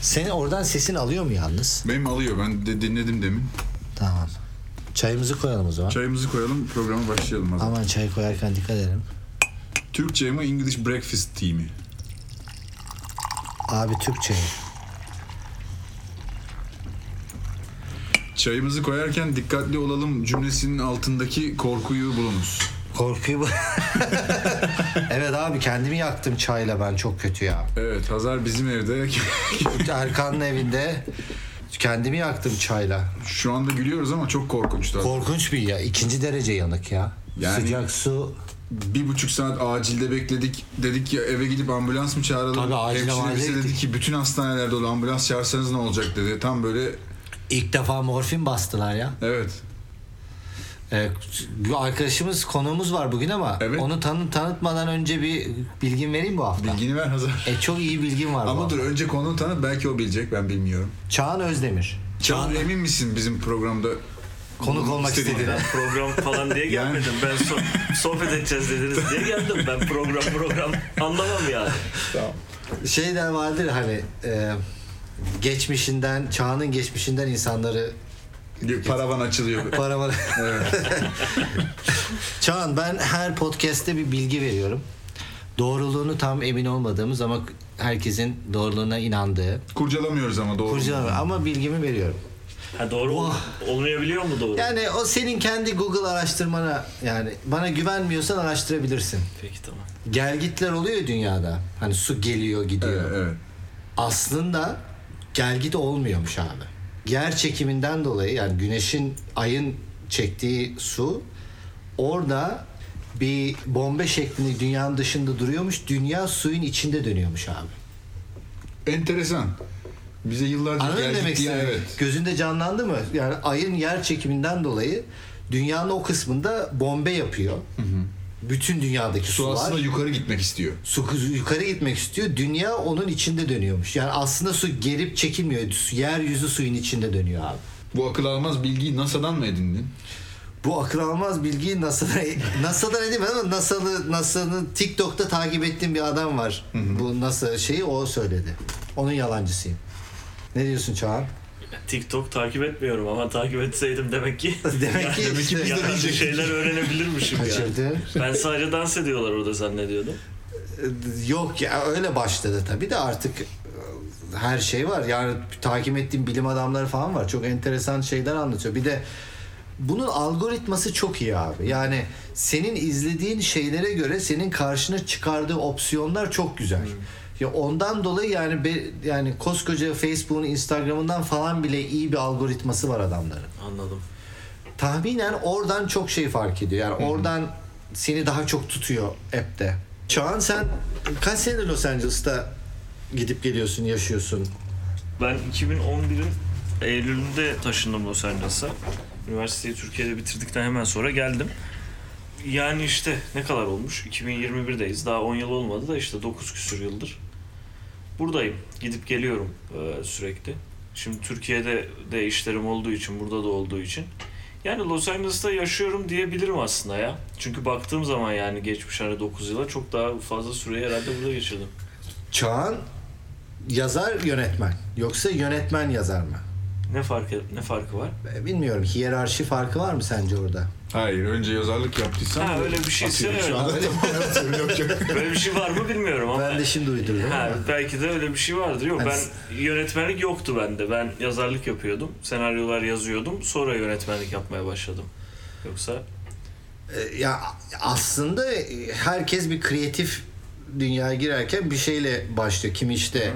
Senin oradan sesin alıyor mu yalnız? Benim alıyor. Ben de dinledim demin. Tamam. Çayımızı koyalım o zaman. Çayımızı koyalım, programa başlayalım. Aman çay koyarken dikkat edelim. Türkçe mi, English breakfast tea mi? Abi Türkçe. Çayımızı koyarken dikkatli olalım cümlesinin altındaki korkuyu bulunuz. Korkuyu bu. Evet abi, kendimi yaktım çayla ben, çok kötü ya. Evet, Hazar bizim evde. Erkan'ın evinde kendimi yaktım çayla. Şu anda gülüyoruz ama çok korkunçtu. Korkunç bir ya. 2. derece yanık ya. Yani, sıcak su. 1,5 saat acilde bekledik. Dedik ki eve gidip ambulans mı çağıralım? Tabii acile Hemşire bize dedi ki bütün hastanelerde olan ambulans çağırsanız ne olacak dedi. Tam böyle... İlk defa morfin bastılar ya. Evet. Bir arkadaşımız, konuğumuz var bugün ama evet. Onu tanıtmadan önce bir bilgin vereyim bu hafta. Bilgini ver Hazar. Çok iyi bilgin var. Ama dur, önce konuğu tanıt, belki o bilecek, ben bilmiyorum. Çağan Özdemir. Çağan, emin misin bizim programda konuk olmak istediğini? Ben program falan diye gelmedim. Yani... Ben sohbet edeceğiz dediniz diye geldim. Ben program anlamam yani. Tamam. Şeyler vardır hani geçmişinden, Çağan'ın geçmişinden insanları paravan açılıyor. Paravan. Çağan, ben her podcast'te bir bilgi veriyorum. Doğruluğunu tam emin olmadığımız ama herkesin doğruluğuna inandığı. Kurcalamıyoruz ama doğru. Kurcalamıyoruz ama bilgimi veriyorum. Ha, doğru olmayabiliyor mu doğru? Yani o senin kendi Google araştırmana, yani bana güvenmiyorsan araştırabilirsin. Peki, tamam. Gelgitler oluyor dünyada. Hani su geliyor gidiyor. Evet. Aslında gelgit olmuyormuş abi. Yer çekiminden dolayı, yani güneşin, ayın çektiği su orada bir bombe şeklinde dünyanın dışında duruyormuş. Dünya suyun içinde dönüyormuş abi. Enteresan. Bize yıllarca gelgit diye, evet. Gözünde canlandı mı? Yani ayın yer çekiminden dolayı dünyanın o kısmında bombe yapıyor. Hı. Bütün dünyadaki su sular. Aslında yukarı gitmek istiyor. Su yukarı gitmek istiyor. Dünya onun içinde dönüyormuş. Yani aslında su gerip çekilmiyor. Yeryüzü suyun içinde dönüyor abi. Bu akıl almaz bilgiyi NASA'dan mı edindin? Bu akıl almaz bilgiyi NASA'dan edinmedim ama NASA'nın TikTok'ta takip ettiğim bir adam var. Hı. Bu NASA şeyi o söyledi. Onun yalancısıyım. Ne diyorsun Çağan? TikTok takip etmiyorum ama takip etseydim demek ki demek ki biz de diyecek şeyler öğrenebilirmişim yani. Ben sadece dans ediyorlar orada zannediyordum. Yok ya, öyle başladı tabii de artık her şey var. Yani takip ettiğim bilim adamları falan var. Çok enteresan şeyler anlatıyor. Bir de bunun algoritması çok iyi abi. Yani senin izlediğin şeylere göre senin karşına çıkardığı opsiyonlar çok güzel. Ya ondan dolayı yani koskoca Facebook'un, Instagram'ından falan bile iyi bir algoritması var adamların. Anladım. Tahminen oradan çok şey fark ediyor. Yani oradan seni daha çok tutuyor app'te. Çağan, sen kaç senedir Los Angeles'ta gidip geliyorsun, yaşıyorsun? Ben 2011'in Eylül'ünde taşındım Los Angeles'a. Üniversiteyi Türkiye'de bitirdikten hemen sonra geldim. Yani işte ne kadar olmuş? 2021'deyiz. Daha 10 yıl olmadı da işte 9 küsur yıldır buradayım. Gidip geliyorum sürekli. Şimdi Türkiye'de de işlerim olduğu için, burada da olduğu için. Yani Los Angeles'ta yaşıyorum diyebilirim aslında ya. Çünkü baktığım zaman yani geçmiş 9 yıla çok daha fazla süreyi herhalde burada geçirdim. Çağan yazar yönetmen. Yoksa yönetmen yazar mı? Ne farkı var? Bilmiyorum. Hiyerarşi farkı var mı sence orada? Hayır. Önce yazarlık yaptıysan... öyle bir şeyse evet. Şu anda böyle bir şey var mı bilmiyorum ama... Ben de şimdi uydurdum. Belki de öyle bir şey vardır. Yok, ben yönetmenlik yoktu bende. Ben yazarlık yapıyordum. Senaryolar yazıyordum. Sonra yönetmenlik yapmaya başladım. Yoksa... Ya aslında herkes bir dünyaya girerken bir şeyle başlıyor. Kimi işte...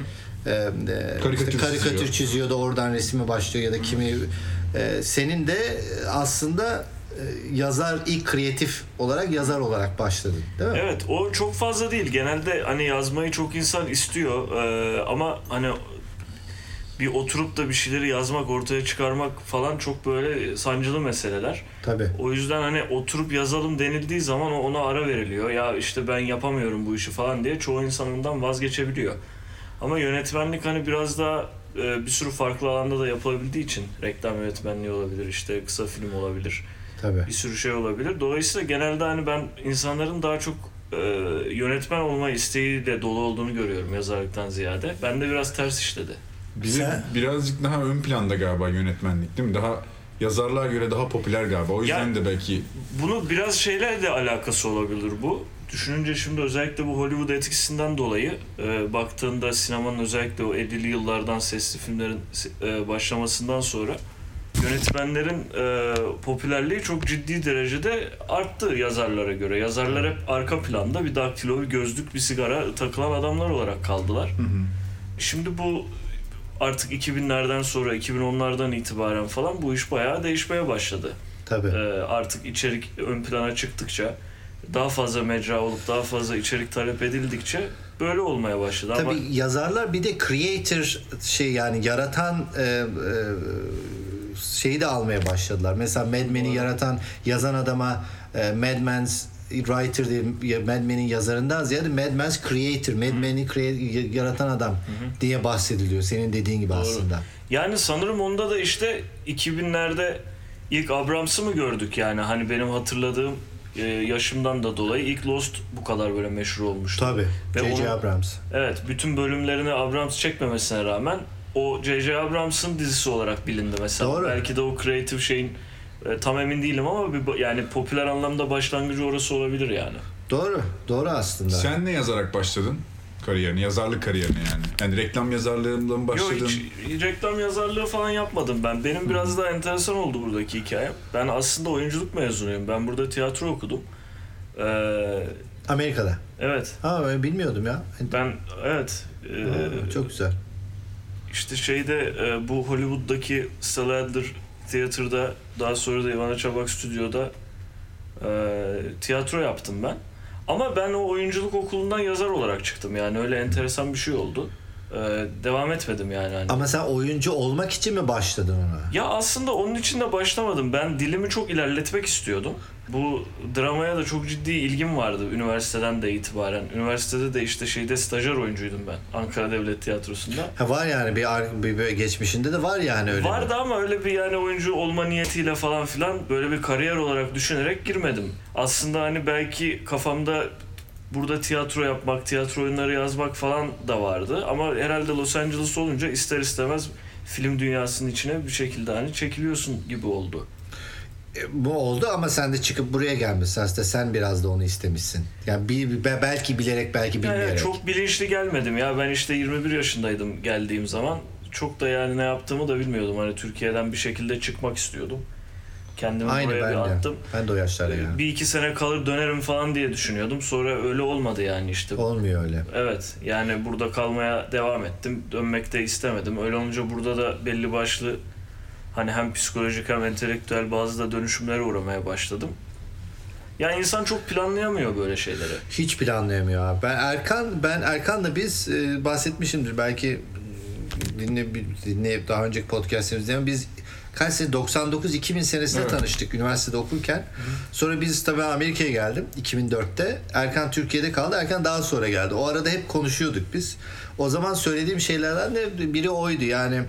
karikatür çiziyor da oradan resmi başlıyor ya da kimi senin de aslında yazar, ilk kreatif olarak yazar olarak başladın değil mi? Evet, o çok fazla değil. Genelde hani yazmayı çok insan istiyor ama hani bir oturup da bir şeyleri yazmak, ortaya çıkarmak falan çok böyle sancılı meseleler. Tabii. O yüzden hani oturup yazalım denildiği zaman ona ara veriliyor. Ya işte ben yapamıyorum bu işi falan diye çoğu insan ondan vazgeçebiliyor. Ama yönetmenlik hani biraz daha bir sürü farklı alanda da yapılabildiği için reklam yönetmenliği olabilir, işte kısa film olabilir. Tabii. Bir sürü şey olabilir. Dolayısıyla genelde hani ben insanların daha çok yönetmen olma isteğiyle dolu olduğunu görüyorum yazarlıktan ziyade. Bende biraz ters işledi. birazcık daha ön planda galiba yönetmenlik, değil mi? Daha yazarlığa göre daha popüler galiba. O yüzden de belki... Bunu biraz şeylerle de alakası olabilir bu. Düşününce şimdi özellikle bu Hollywood etkisinden dolayı baktığında sinemanın özellikle o 50'li yıllardan sesli filmlerin başlamasından sonra yönetmenlerin popülerliği çok ciddi derecede arttı yazarlara göre. Yazarlar hep arka planda bir daktilo, bir gözlük, bir sigara takılan adamlar olarak kaldılar. Şimdi bu artık 2000'lerden sonra 2010'lardan itibaren falan bu iş bayağı değişmeye başladı. Tabii. Artık içerik ön plana çıktıkça, daha fazla mecra olup daha fazla içerik talep edildikçe böyle olmaya başladı. Tabii ama yazarlar bir de creator yani yaratan şeyi de almaya başladılar. Mesela Mad Men'i yazan adama Mad Men's writer diye, Mad Men'in yazarından ziyade Mad Men's creator, Mad Men'i yaratan adam diye bahsediliyor. Senin dediğin gibi. Doğru. Aslında. Yani sanırım onda da işte 2000'lerde ilk Abrams'ı mı gördük yani, hani benim hatırladığım yaşımdan da dolayı ilk Lost bu kadar böyle meşhur olmuştu. Tabii. J.J. Abrams. Evet, bütün bölümlerini Abrams çekmemesine rağmen o J.J. Abrams'ın dizisi olarak bilindi mesela. Doğru. Belki de o kreatif şeyin tam emin değilim ama yani popüler anlamda başlangıcı orası olabilir yani. Doğru. Doğru aslında. Sen ne yazarak başladın kariyerini, yazarlık kariyerini yani? Yani reklam yazarlığıyla mı başladın? Yok, hiç reklam yazarlığı falan yapmadım ben. Benim biraz daha enteresan oldu buradaki hikayem. Ben aslında oyunculuk mezunuyum. Ben burada tiyatro okudum. Amerika'da. Evet. Ben bilmiyordum ya. Ben çok güzel. İşte bu Hollywood'daki Stella Adler Theater'da, daha sonra da Ivana Çabak Stüdyo'da tiyatro yaptım ben. Ama ben o oyunculuk okulundan yazar olarak çıktım. Yani öyle enteresan bir şey oldu. Devam etmedim yani. Hani. Ama sen oyuncu olmak için mi başladın ona? Ya aslında onun için de başlamadım. Ben dilimi çok ilerletmek istiyordum. Bu dramaya da çok ciddi ilgim vardı üniversiteden de itibaren. Üniversitede de işte stajyer oyuncuydum ben. Ankara Devlet Tiyatrosu'nda. Var yani bir geçmişinde de var yani öyle. Vardı ama öyle bir yani oyuncu olma niyetiyle falan filan böyle bir kariyer olarak düşünerek girmedim. Aslında hani belki kafamda burada tiyatro yapmak, tiyatro oyunları yazmak falan da vardı. Ama herhalde Los Angeles olunca ister istemez film dünyasının içine bir şekilde hani çekiliyorsun gibi oldu. Bu oldu ama sen de çıkıp buraya gelmişsin aslında, sen biraz da onu istemişsin. Yani belki bilerek, belki bilmeyerek. Yani çok bilinçli gelmedim ya, ben işte 21 yaşındaydım geldiğim zaman. Çok da yani ne yaptığımı da bilmiyordum. Hani Türkiye'den bir şekilde çıkmak istiyordum. Kendimi buraya bir attım. Ben de o yaşlarda yani. 1-2 sene kalır dönerim falan diye düşünüyordum. Sonra öyle olmadı yani işte. Olmuyor öyle. Evet, yani burada kalmaya devam ettim. Dönmek de istemedim. Öyle olunca burada da belli başlı hani hem psikolojik hem entelektüel bazı da dönüşümlere uğramaya başladım. Yani insan çok planlayamıyor böyle şeyleri. Hiç planlayamıyor abi. Ben Erkan'la biz bahsetmişimdir belki, dinle daha önceki podcast'imizde, biz kaç sene, 99-2000 senesinde tanıştık üniversitede okurken. Sonra biz tabii Amerika'ya geldim 2004'te. Erkan Türkiye'de kaldı. Erkan daha sonra geldi. O arada hep konuşuyorduk biz. O zaman söylediğim şeylerden de biri oydu. Yani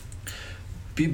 bir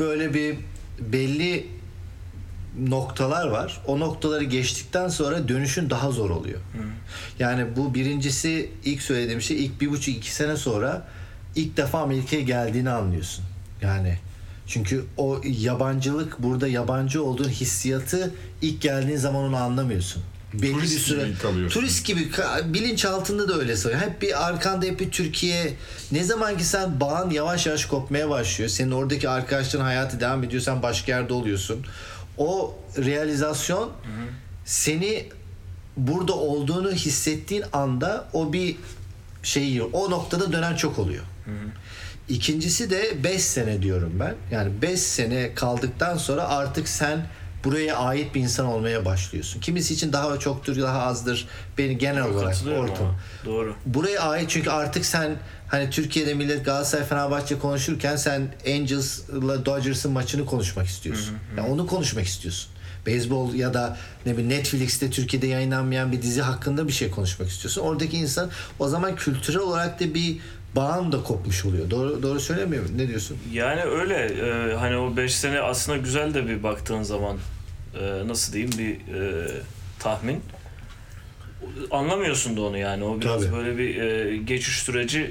belli noktalar var. O noktaları geçtikten sonra dönüşün daha zor oluyor. Yani bu birincisi, ilk söylediğim şey, ilk 1,5-2 sene sonra ilk defa Amerika'ya geldiğini anlıyorsun. Yani çünkü o yabancılık, burada yabancı olduğun hissiyatı ilk geldiğin zaman onu anlamıyorsun. Belli turist bir süre gibi kalıyorsun. Turist gibi bilinç altında da öyle sayıyor. Hep bir arkanda hep bir Türkiye. Ne zaman ki sen bağın yavaş yavaş kopmaya başlıyor. Senin oradaki arkadaşların hayatı devam ediyor. Sen başka yerde oluyorsun. O realizasyon seni burada olduğunu hissettiğin anda o bir o noktada dönen çok oluyor. İkincisi de 5 sene diyorum ben. Yani 5 sene kaldıktan sonra artık sen buraya ait bir insan olmaya başlıyorsun. Kimisi için daha çoktur, daha azdır. Beni genel olarak ortam. Doğru. Buraya ait çünkü artık sen hani Türkiye'de millet Galatasaray Fenerbahçe konuşurken sen Angels'la Dodgers'ın maçını konuşmak istiyorsun. Yani onu konuşmak istiyorsun. Beyzbol ya da ne bileyim Netflix'te Türkiye'de yayınlanmayan bir dizi hakkında bir şey konuşmak istiyorsun. Oradaki insan o zaman kültürel olarak da bir bağın da kopmuş oluyor. Doğru söylemiyor muyum? Ne diyorsun? Yani öyle. Hani o 5 sene aslında güzel de bir baktığın zaman nasıl diyeyim bir tahmin. Anlamıyorsun da onu yani. O biraz böyle bir geçiş süreci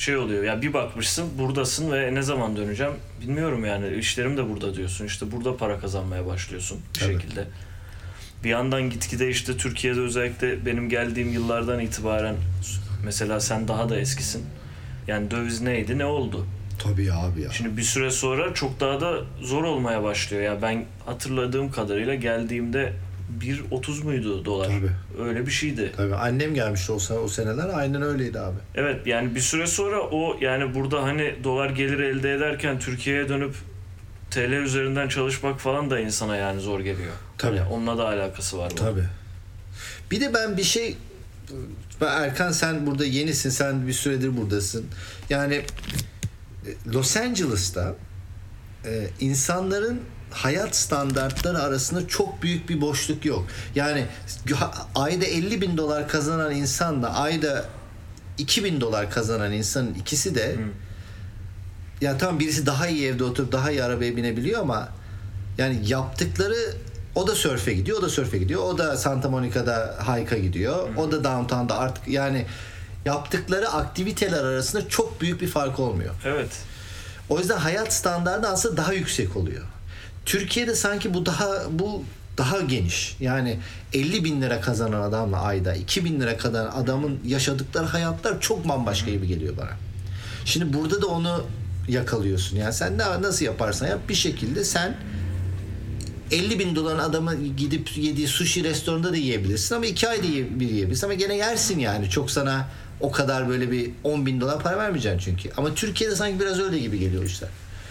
şey oluyor ya, bir bakmışsın buradasın ve ne zaman döneceğim bilmiyorum yani, işlerim de burada diyorsun, işte burada para kazanmaya başlıyorsun bir şekilde. Bir yandan gitgide işte Türkiye'de özellikle benim geldiğim yıllardan itibaren, mesela sen daha da eskisin, yani döviz neydi ne oldu? Tabii abi ya. Şimdi bir süre sonra çok daha da zor olmaya başlıyor ya, ben hatırladığım kadarıyla geldiğimde 1.30 muydu dolar? Tabii. Öyle bir şeydi. Tabii annem gelmişti o seneler, aynen öyleydi abi. Evet, yani bir süre sonra o, yani burada hani dolar geliri elde ederken Türkiye'ye dönüp TL üzerinden çalışmak falan da insana yani zor geliyor. Tabii. Yani onunla da alakası var. Tabii. Bir de ben bir şey, Erkan sen burada yenisin, sen bir süredir buradasın. Yani Los Angeles'ta insanların hayat standartları arasında çok büyük bir boşluk yok. Yani ayda $50,000 kazanan insanla ayda $2,000 kazanan insanın ikisi de ya tamam, birisi daha iyi evde oturup daha iyi arabaya binebiliyor ama yani yaptıkları, o da sörfe gidiyor, o da sörfe gidiyor, o da Santa Monica'da hike'a gidiyor, o da downtown'da, artık yani yaptıkları aktiviteler arasında çok büyük bir fark olmuyor. Evet. O yüzden hayat standardı aslında daha yüksek oluyor. Türkiye'de sanki bu daha geniş. Yani 50 bin lira kazanan adamla ayda 2.000 lira kazanan adamın yaşadıkları hayatlar çok bambaşka gibi geliyor bana. Şimdi burada da onu yakalıyorsun. Yani sen nasıl yaparsan yap, bir şekilde sen $50,000 adamı gidip yediği sushi restoranında da yiyebilirsin ama 2 ayda yiyebilirsin ama gene yersin yani. Çok sana o kadar böyle bir $10,000 para vermeyeceksin çünkü. Ama Türkiye'de sanki biraz öyle gibi geliyor işte.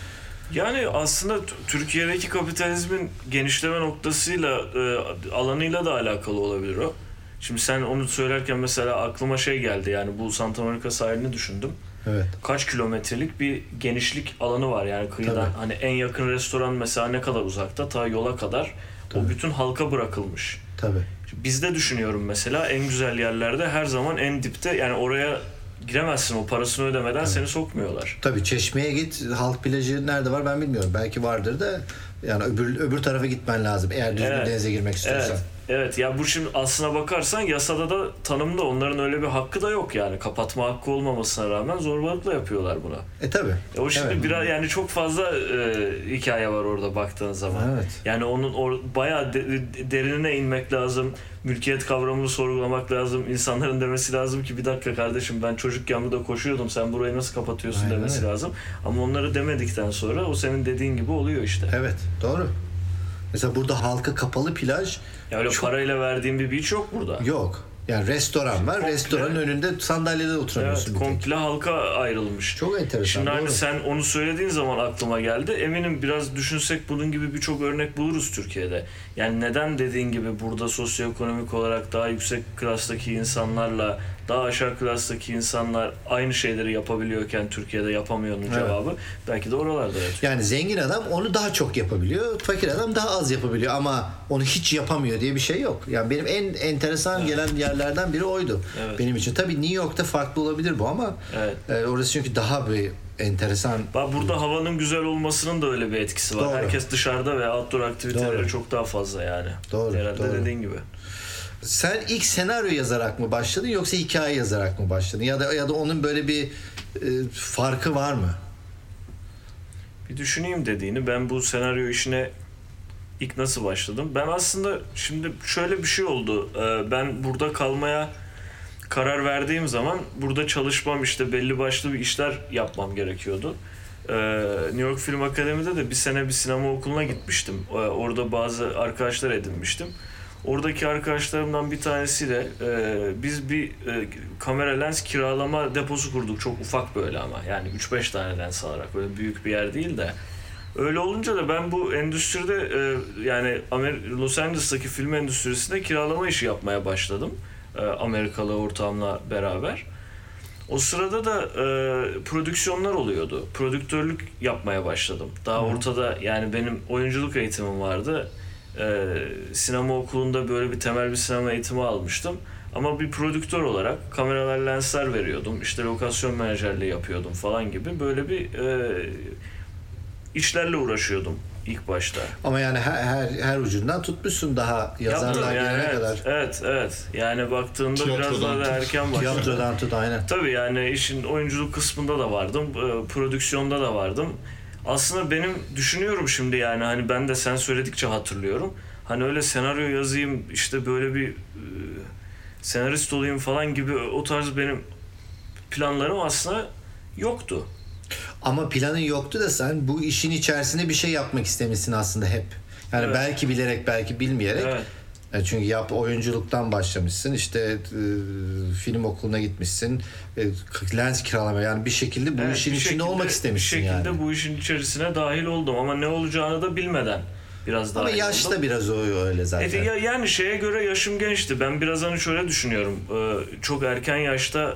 Yani aslında Türkiye'deki kapitalizmin genişleme noktasıyla, alanıyla da alakalı olabilir o. Şimdi sen onu söylerken mesela aklıma şey geldi, yani bu Santa Monica sahilini düşündüm. Evet. Kaç kilometrelik bir genişlik alanı var yani kıyıdan. Tabii. Hani en yakın restoran mesela ne kadar uzakta, ta yola kadar. Tabii. O bütün halka bırakılmış. Tabii. Bizde düşünüyorum mesela en güzel yerlerde her zaman en dipte, yani oraya giremezsin, o parasını ödemeden seni sokmuyorlar. Tabii Çeşme'ye git, halk plajı nerede var ben bilmiyorum. Belki vardır da yani öbür tarafa gitmen lazım eğer düzgün denize girmek istiyorsan. Evet ya, bu şimdi aslına bakarsan yasada da tanımda onların öyle bir hakkı da yok yani. Kapatma hakkı olmamasına rağmen zorbalıkla yapıyorlar buna. Tabii. O şimdi biraz yani çok fazla hikaye var orada baktığın zaman. Evet. Yani onun bayağı derinine inmek lazım. Mülkiyet kavramını sorgulamak lazım. İnsanların demesi lazım ki bir dakika kardeşim, ben çocukken burada koşuyordum, sen burayı nasıl kapatıyorsun Aynen demesi lazım. Ama onları demedikten sonra o senin dediğin gibi oluyor işte. Evet, doğru. Mesela burada halka kapalı plaj Ya öyle parayla verdiğin bir beach yok burada. yok. Yani restoran var. Komple, restoranın önünde sandalyede oturamıyorsun. Evet, komple halka ayrılmış. Çok enteresan. Şimdi hani doğru. sen onu söylediğin zaman aklıma geldi. Eminim biraz düşünsek bunun gibi birçok örnek buluruz Türkiye'de. Yani neden dediğin gibi burada sosyoekonomik olarak daha yüksek klastaki insanlarla daha aşağı klastaki insanlar aynı şeyleri yapabiliyorken Türkiye'de yapamıyor'nun cevabı belki de oralarda yatıyor. Yani zengin adam onu daha çok yapabiliyor. Fakir adam daha az yapabiliyor ama onu hiç yapamıyor diye bir şey yok. Yani benim en enteresan gelen yerlerden biri oydu. Evet. Benim için. Tabii New York'ta farklı olabilir bu ama orası çünkü daha bir enteresan. Bak burada havanın güzel olmasının da öyle bir etkisi var. Doğru. Herkes dışarıda ve outdoor aktiviteleri Doğru. çok daha fazla yani. Doğru, Herhalde doğru. dediğin gibi. Sen ilk senaryo yazarak mı başladın yoksa hikaye yazarak mı başladın? Ya da onun böyle bir farkı var mı? Bir düşüneyim dediğini. Ben bu senaryo işine ilk nasıl başladım? Ben aslında şimdi şöyle bir şey oldu. Ben burada kalmaya karar verdiğim zaman burada çalışmam, işte belli başlı bir işler yapmam gerekiyordu. New York Film Akademi'de de bir sene bir sinema okuluna gitmiştim. Orada bazı arkadaşlar edinmiştim. Oradaki arkadaşlarımdan bir tanesiyle biz bir kamera lens kiralama deposu kurduk. Çok ufak böyle ama yani 3-5 tane lens alarak, böyle büyük bir yer değil de. Öyle olunca da ben bu endüstride yani Los Angeles'taki film endüstrisinde kiralama işi yapmaya başladım. Amerikalı ortağımla beraber. O sırada da prodüksiyonlar oluyordu. Prodüktörlük yapmaya başladım. Daha ortada, yani benim oyunculuk eğitimim vardı. Sinema okulunda böyle bir temel bir sinema eğitimi almıştım. Ama bir prodüktör olarak kameralar, lensler veriyordum. İşte lokasyon menajerliği yapıyordum falan gibi böyle bir işlerle uğraşıyordum. ilk başta. Ama yani her ucundan tutmuşsun daha yazarlar Yani gelene evet, kadar. evet. Yani baktığında biraz daha da erken başladı. Tiyatrodan tut aynen. Tabii yani işin oyunculuk kısmında da vardım, prodüksiyonda da vardım. Aslında benim düşünüyorum şimdi yani hani ben de sen söyledikçe hatırlıyorum. Hani öyle senaryo yazayım işte böyle bir senarist olayım falan gibi o tarz benim planlarım aslında yoktu. Ama planın yoktu da sen bu işin içerisinde bir şey yapmak istemişsin aslında hep. Yani Evet. belki bilerek belki bilmeyerek. Evet. Çünkü oyunculuktan başlamışsın işte film okuluna gitmişsin lens kiralama yani bir şekilde bu Evet, işin bir içinde şekilde- olmak istemişsin bir şekilde yani. bu işin içerisine dahil oldum ama ne olacağını da bilmeden biraz daha Ama yaş da biraz öyle zaten. yani şeye göre yaşım gençti. Ben biraz hani şöyle düşünüyorum. Çok erken yaşta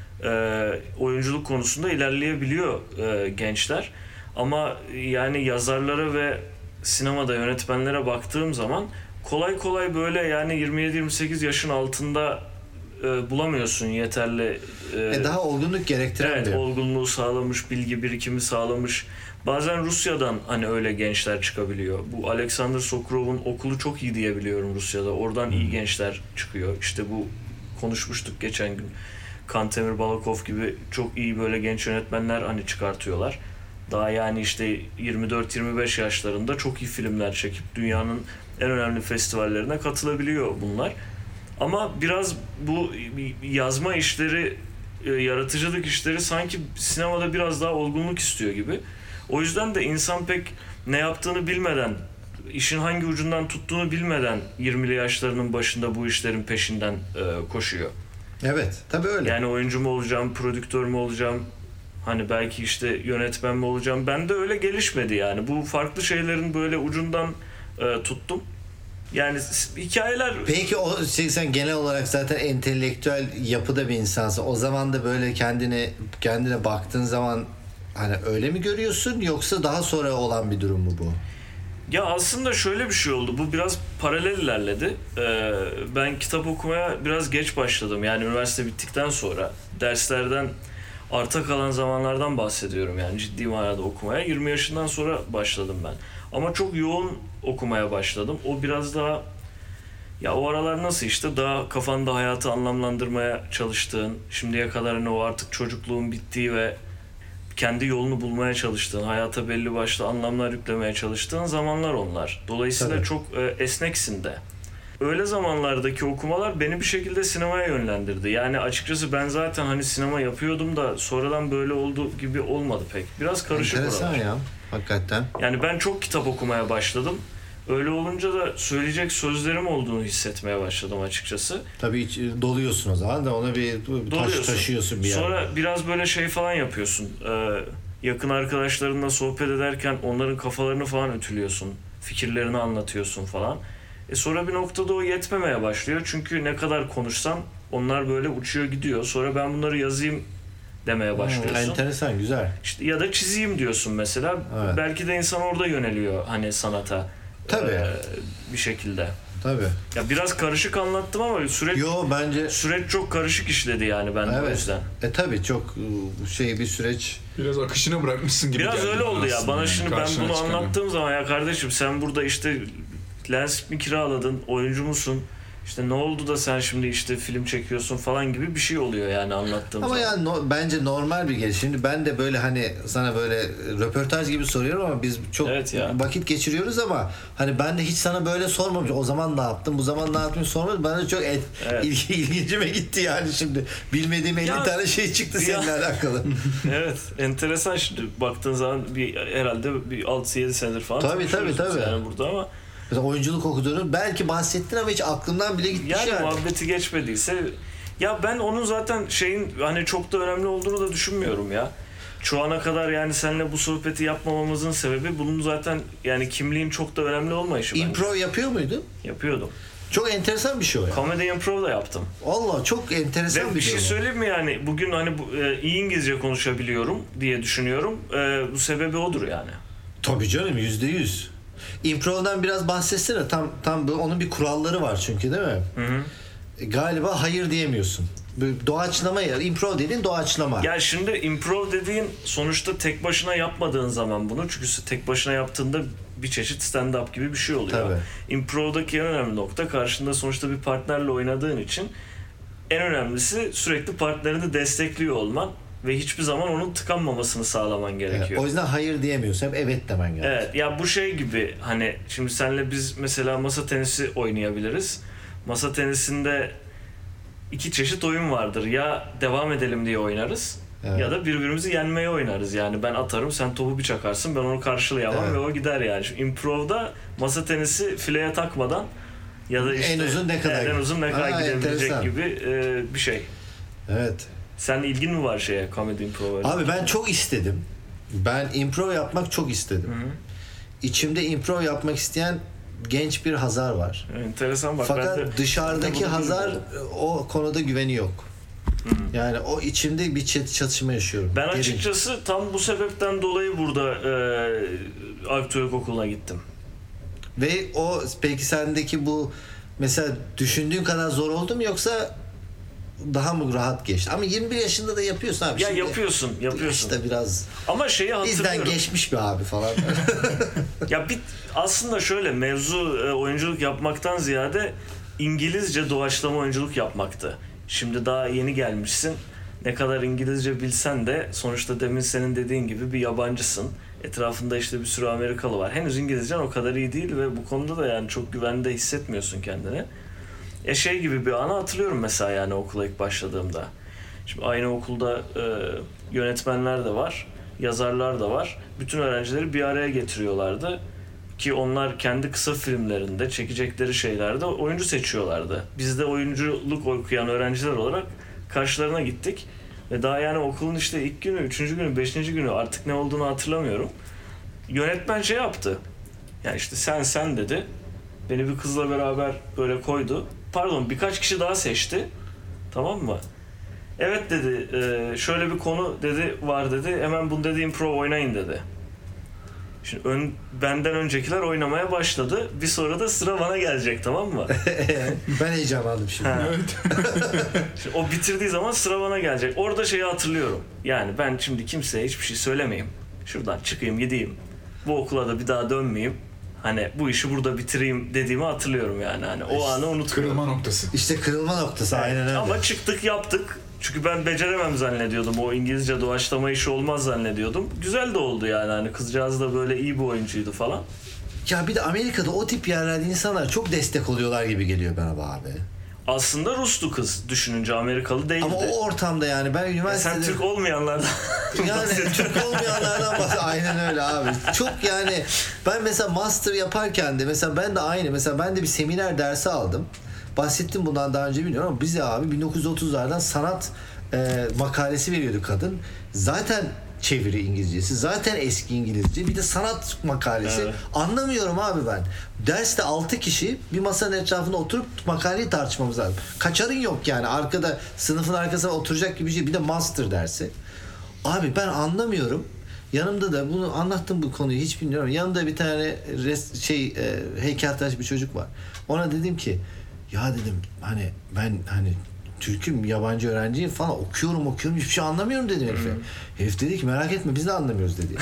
oyunculuk konusunda ilerleyebiliyor gençler. Ama yani yazarlara ve sinemada yönetmenlere baktığım zaman kolay kolay böyle yani 27-28 yaşın altında bulamıyorsun yeterli Daha olgunluk gerektiren evet, bir. olgunluğu sağlamış, bilgi birikimi sağlamış. Bazen Rusya'dan hani öyle gençler çıkabiliyor. Bu Alexander Sokrov'un okulu çok iyi diye biliyorum Rusya'da. Oradan iyi gençler çıkıyor. İşte bu konuşmuştuk geçen gün. Kantemir Balakov gibi çok iyi böyle genç yönetmenler hani çıkartıyorlar. Daha yani işte 24-25 yaşlarında çok iyi filmler çekip dünyanın en önemli festivallerine katılabiliyor bunlar. Ama biraz bu yazma işleri, yaratıcılık işleri sanki sinemada biraz daha olgunluk istiyor gibi. O yüzden de insan pek ne yaptığını bilmeden, işin hangi ucundan tuttuğunu bilmeden 20'li yaşlarının başında bu işlerin peşinden koşuyor. Evet, tabii öyle. Yani oyuncu mu olacağım, prodüktör mü olacağım, hani belki işte yönetmen mi olacağım. Ben de öyle gelişmedi yani. Bu farklı şeylerin böyle ucundan tuttum. Yani hikayeler... Peki sen genel olarak zaten entelektüel yapıda bir insansın. O zaman da böyle kendine baktığın zaman hani öyle mi görüyorsun yoksa daha sonra olan bir durum mu bu? Ya aslında şöyle bir şey oldu. Bu biraz paralel ilerledi. Ben kitap okumaya biraz geç başladım. Yani üniversite bittikten sonra derslerden arta kalan zamanlardan bahsediyorum. Yani ciddi manada okumaya. 20 yaşından sonra başladım ben. Ama çok yoğun okumaya başladım. O biraz daha ya o aralar nasıl işte daha kafanda hayatı anlamlandırmaya çalıştığın, şimdiye kadar hani o artık çocukluğun bittiği ve kendi yolunu bulmaya çalıştığın, hayata belli başlı anlamlar yüklemeye çalıştığın zamanlar onlar. Dolayısıyla Tabii. çok esneksin de. Öyle zamanlardaki okumalar beni bir şekilde sinemaya yönlendirdi. Yani açıkçası ben zaten hani sinema yapıyordum da sonradan böyle oldu gibi olmadı pek. Biraz karışık Enteresan oralar. ya hakikaten. Yani ben çok kitap okumaya başladım. Öyle olunca da söyleyecek sözlerim olduğunu hissetmeye başladım açıkçası. Tabii doluyorsun o zaman da ona bir taşıyorsun bir yere. Sonra biraz böyle şey falan yapıyorsun. Yakın arkadaşlarınla sohbet ederken onların kafalarını falan ütülüyorsun. Fikirlerini anlatıyorsun falan. Sonra bir noktada o yetmemeye başlıyor. Çünkü ne kadar konuşsan onlar böyle uçuyor gidiyor. Sonra ben bunları yazayım demeye başlıyorsun. Enteresan, güzel. İşte ya da çizeyim diyorsun mesela. Evet. Belki de insan orada yöneliyor hani sanata. Tabii. Bir şekilde. Tabii. Ya biraz karışık anlattım ama Bence süreç çok karışık işledi yani ben de o yüzden. Tabii çok bir süreç. Biraz akışına bırakmışsın gibi Biraz geldi öyle oldu ya. aslında Bana yani. şimdi ben Karşına bunu çıkanı. anlattığım zaman ya kardeşim sen burada işte lens mi kiraladın, oyuncu musun? İşte ne oldu da sen şimdi işte film çekiyorsun falan gibi bir şey oluyor yani anlattığım Ama zaman. yani bence normal bir geliş. Şimdi ben de böyle hani sana böyle röportaj gibi soruyorum ama biz çok Evet ya. vakit geçiriyoruz ama hani ben de hiç sana böyle sormamış. O zaman ne yaptın? Bu zaman ne yaptın? Sormadım. Bana çok Evet. ilgincime gitti yani şimdi. Bilmediğim 50 Ya- tane şey çıktı Ya- seninle alakalı. Evet, enteresan şimdi baktığın zaman herhalde bir 6-7 senedir falan Tabii, tanışıyoruz tabii. biz yani burada ama Mesela oyunculuk okuduğunu belki bahsettin ama hiç aklımdan bile gitmiş yani muhabbeti geçmediyse ya ben onun zaten şeyin hani çok da önemli olduğunu da düşünmüyorum ya. Şu ana kadar yani seninle bu sohbeti yapmamamızın sebebi bunun zaten yani kimliğin çok da önemli olmayışı bence. Improv yapıyor muydun? Yapıyordum. Çok enteresan bir şey o ya. Comedy improv da yaptım. Allah çok enteresan Ve bir bir şey o. söyleyeyim mi yani bugün hani iyi İngilizce konuşabiliyorum diye düşünüyorum. Bu sebebi odur yani. Tabii canım %100. Improv'dan biraz bahsetsene. Tam onun bir kuralları var çünkü değil mi? Hı hı. Galiba hayır diyemiyorsun. Böyle doğaçlama ya. Improv dediğin doğaçlama. Ya şimdi improv dediğin sonuçta tek başına yapmadığın zaman bunu çünkü tek başına yaptığında bir çeşit stand-up gibi bir şey oluyor. Tabii. Improv'daki en önemli nokta, karşında sonuçta bir partnerle oynadığın için en önemlisi sürekli partnerini destekliyor olman ve hiçbir zaman onun tıkanmamasını sağlaman gerekiyor. O yüzden hayır diyemiyorsun. Hep evet demen gerekiyor. Evet, ya bu şey gibi, hani şimdi senle biz mesela masa tenisi oynayabiliriz. Masa tenisinde 2 çeşit oyun vardır. Ya devam edelim diye oynarız. Evet. Ya da birbirimizi yenmeye oynarız. Yani ben atarım, sen topu bir çakarsın, ben onu karşılayamam Evet. ve o gider yani. Şu improv'da masa tenisi fileye takmadan ya da işte En uzun ne kadar en uzun ne kadar gidebilecek enteresan. gibi bir şey. Evet. Sen ilgin mi var şeye, comedy improve'a? Abi ben çok istedim. Ben improv yapmak çok istedim. Hı-hı. İçimde improv yapmak isteyen genç bir Hazar var. Enteresan bak. Fakat ben de, dışarıdaki ben de bunu Hazar bilmiyordum. o konuda güveni yok. Yani o içimde bir çatışma yaşıyorum. Ben Derin. açıkçası tam bu sebepten dolayı burada aktörlük okuluna gittim. Ve o peki sendeki bu mesela düşündüğün kadar zor oldu mu yoksa daha mı rahat geçti? Ama 21 yaşında da yapıyorsun abi. Ya Şimdi yapıyorsun. İşte biraz Ama şeyi hatırlıyorum. bizden geçmiş bir abi falan. Ya aslında şöyle, mevzu oyunculuk yapmaktan ziyade İngilizce doğaçlama oyunculuk yapmaktı. Şimdi daha yeni gelmişsin. Ne kadar İngilizce bilsen de sonuçta demin senin dediğin gibi bir yabancısın. Etrafında işte bir sürü Amerikalı var. Henüz İngilizcen o kadar iyi değil ve bu konuda da yani çok güvende hissetmiyorsun kendini. Şey gibi bir anı hatırlıyorum mesela, yani okula ilk başladığımda. Şimdi aynı okulda yönetmenler de var, yazarlar da var. Bütün öğrencileri bir araya getiriyorlardı. Ki onlar kendi kısa filmlerinde çekecekleri şeylerde oyuncu seçiyorlardı. Biz de oyunculuk okuyan öğrenciler olarak karşılarına gittik. Ve daha yani okulun işte ilk günü, 3. günü, 5. günü, artık ne olduğunu hatırlamıyorum. Yönetmen şey yaptı. Yani işte sen dedi. Beni bir kızla beraber böyle koydu. Pardon, birkaç kişi daha seçti. Tamam mı? Evet dedi, şöyle bir konu dedi var dedi. Hemen bunu dedi improv oynayın dedi. Şimdi benden öncekiler oynamaya başladı. Bir sonra da sıra bana gelecek, tamam mı? Ben heyecanlandım şimdi. Şimdi o bitirdiği zaman sıra bana gelecek. Orada şeyi hatırlıyorum. Yani ben şimdi kimseye hiçbir şey söylemeyeyim. Şuradan çıkayım gideyim. Bu okula da bir daha dönmeyeyim. Hani bu işi burada bitireyim dediğimi hatırlıyorum yani. Hani o anı unutmuyorum. Kırılma noktası. İşte kırılma noktası aynen öyle. Ama çıktık yaptık. Çünkü ben beceremem zannediyordum. O İngilizce doğaçlama işi olmaz zannediyordum. Güzel de oldu yani. Hani kızcağız da böyle iyi bir oyuncuydu falan. Ya bir de Amerika'da o tip yerlerde insanlar çok destek oluyorlar gibi geliyor bana abi. Aslında Rus'tu kız, düşününce Amerikalı değildi. Ama o ortamda yani ben üniversitede... Sen Türk olmayanlardan Yani Türk olmayanlardan bahsediyorum. Aynen öyle abi. Çok yani ben mesela master yaparken de mesela ben de aynı. Mesela ben de bir seminer dersi aldım. Bahsettim bundan daha önce, bilmiyorum ama bize abi 1930'lardan sanat makalesi veriyordu kadın. Zaten çeviri İngilizcesi, zaten eski İngilizce, bir de sanat makalesi. Evet. Anlamıyorum abi ben. Derste 6 kişi bir masanın etrafında oturup makaleyi tartışmamız lazım. Kaçarın yok yani, arkada sınıfın arkasına oturacak gibi bir şey. Bir de master dersi. Abi ben anlamıyorum. Yanımda da bunu anlattım, bu konuyu hiç bilmiyorum. Yanımda bir tane heykeltıraş bir çocuk var. Ona dedim ki ya dedim hani ben hani Türk'üm, yabancı öğrenciyim falan, okuyorum hiçbir şey anlamıyorum dedim herife. Herif dedi ki merak etme biz de anlamıyoruz dedi.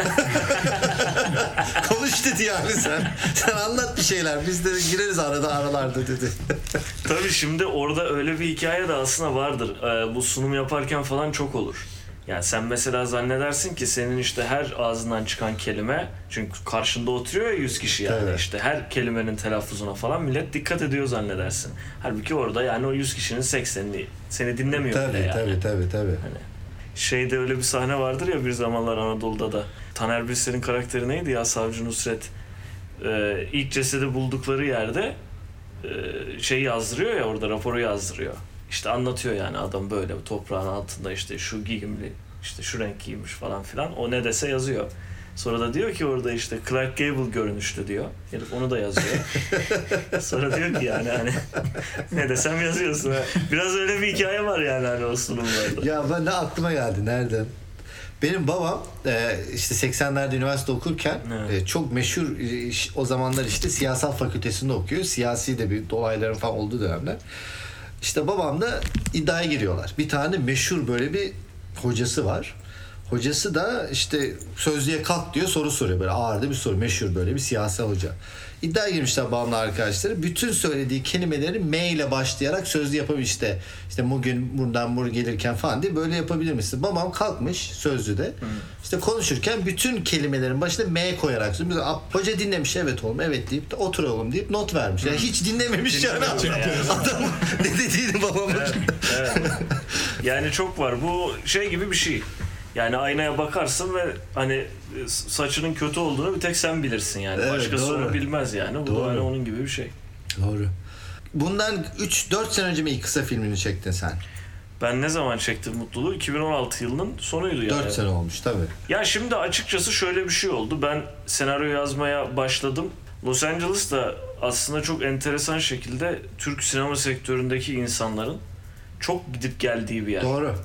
Konuş dedi yani sen anlat bir şeyler, biz de gireriz aralarda dedi. Tabii şimdi orada öyle bir hikaye de aslında vardır. Bu sunum yaparken falan çok olur. Yani sen mesela zannedersin ki senin işte her ağzından çıkan kelime, çünkü karşında oturuyor ya 100 kişi yani, evet. işte her kelimenin telaffuzuna falan millet dikkat ediyor zannedersin. Halbuki orada yani o 100 kişinin 80'i seni dinlemiyor bile yani. Tabii. Hani şeyde öyle bir sahne vardır ya bir zamanlar Anadolu'da da. Taner Birsel'in karakteri neydi ya, Savcı Nusret? İlk cesedi buldukları yerde şey yazdırıyor ya, orada raporu yazdırıyor. İşte anlatıyor yani adam böyle toprağın altında işte şu giyimli, işte şu renk giymiş falan filan. O ne dese yazıyor. Sonra da diyor ki orada işte Clark Gable görünüşlü diyor. Herif onu da yazıyor. Sonra diyor ki yani hani ne desem yazıyorsun. Biraz öyle bir hikaye var yani hani o sunumlarda. Ya ben de aklıma geldi nereden? Benim babam işte 80'lerde üniversite okurken çok meşhur, o zamanlar işte siyasal fakültesinde okuyor. Siyasi de bir olayların falan olduğu dönemler. İşte babam da iddiaya giriyorlar. Bir tane meşhur böyle bir hocası var. Hocası da işte sözlüğe kalk diyor, soru soruyor. Böyle ağır da bir soru. Meşhur böyle bir siyasal hoca. İddiaya girmişler bağımlı arkadaşları. Bütün söylediği kelimeleri M ile başlayarak sözlü yapabilir işte. İşte bugün buradan buraya gelirken falan diye böyle yapabilir misin? Babam kalkmış sözlüde. İşte konuşurken bütün kelimelerin başına M koyarak. Mesela hoca dinlemiş, evet oğlum, evet deyip otur oğlum deyip not vermiş. Yani hiç dinlememiş yani. Adam ne dediğini babamın. Evet. Yani çok var. Bu şey gibi bir şey. Yani aynaya bakarsın ve hani saçının kötü olduğunu bir tek sen bilirsin yani. Evet, Başkası doğru. onu bilmez yani. Bu Doğru. da hani onun gibi bir şey. Doğru. Bundan 3-4 sene önce mi ilk kısa filmini çektin sen? Ben ne zaman çektim Mutluluğu? 2016 yılının sonuydu yani. 4 sene olmuş tabii. Ya şimdi açıkçası şöyle bir şey oldu. Ben senaryo yazmaya başladım. Los Angeles'ta aslında çok enteresan şekilde Türk sinema sektöründeki insanların çok gidip geldiği bir yer. Doğru.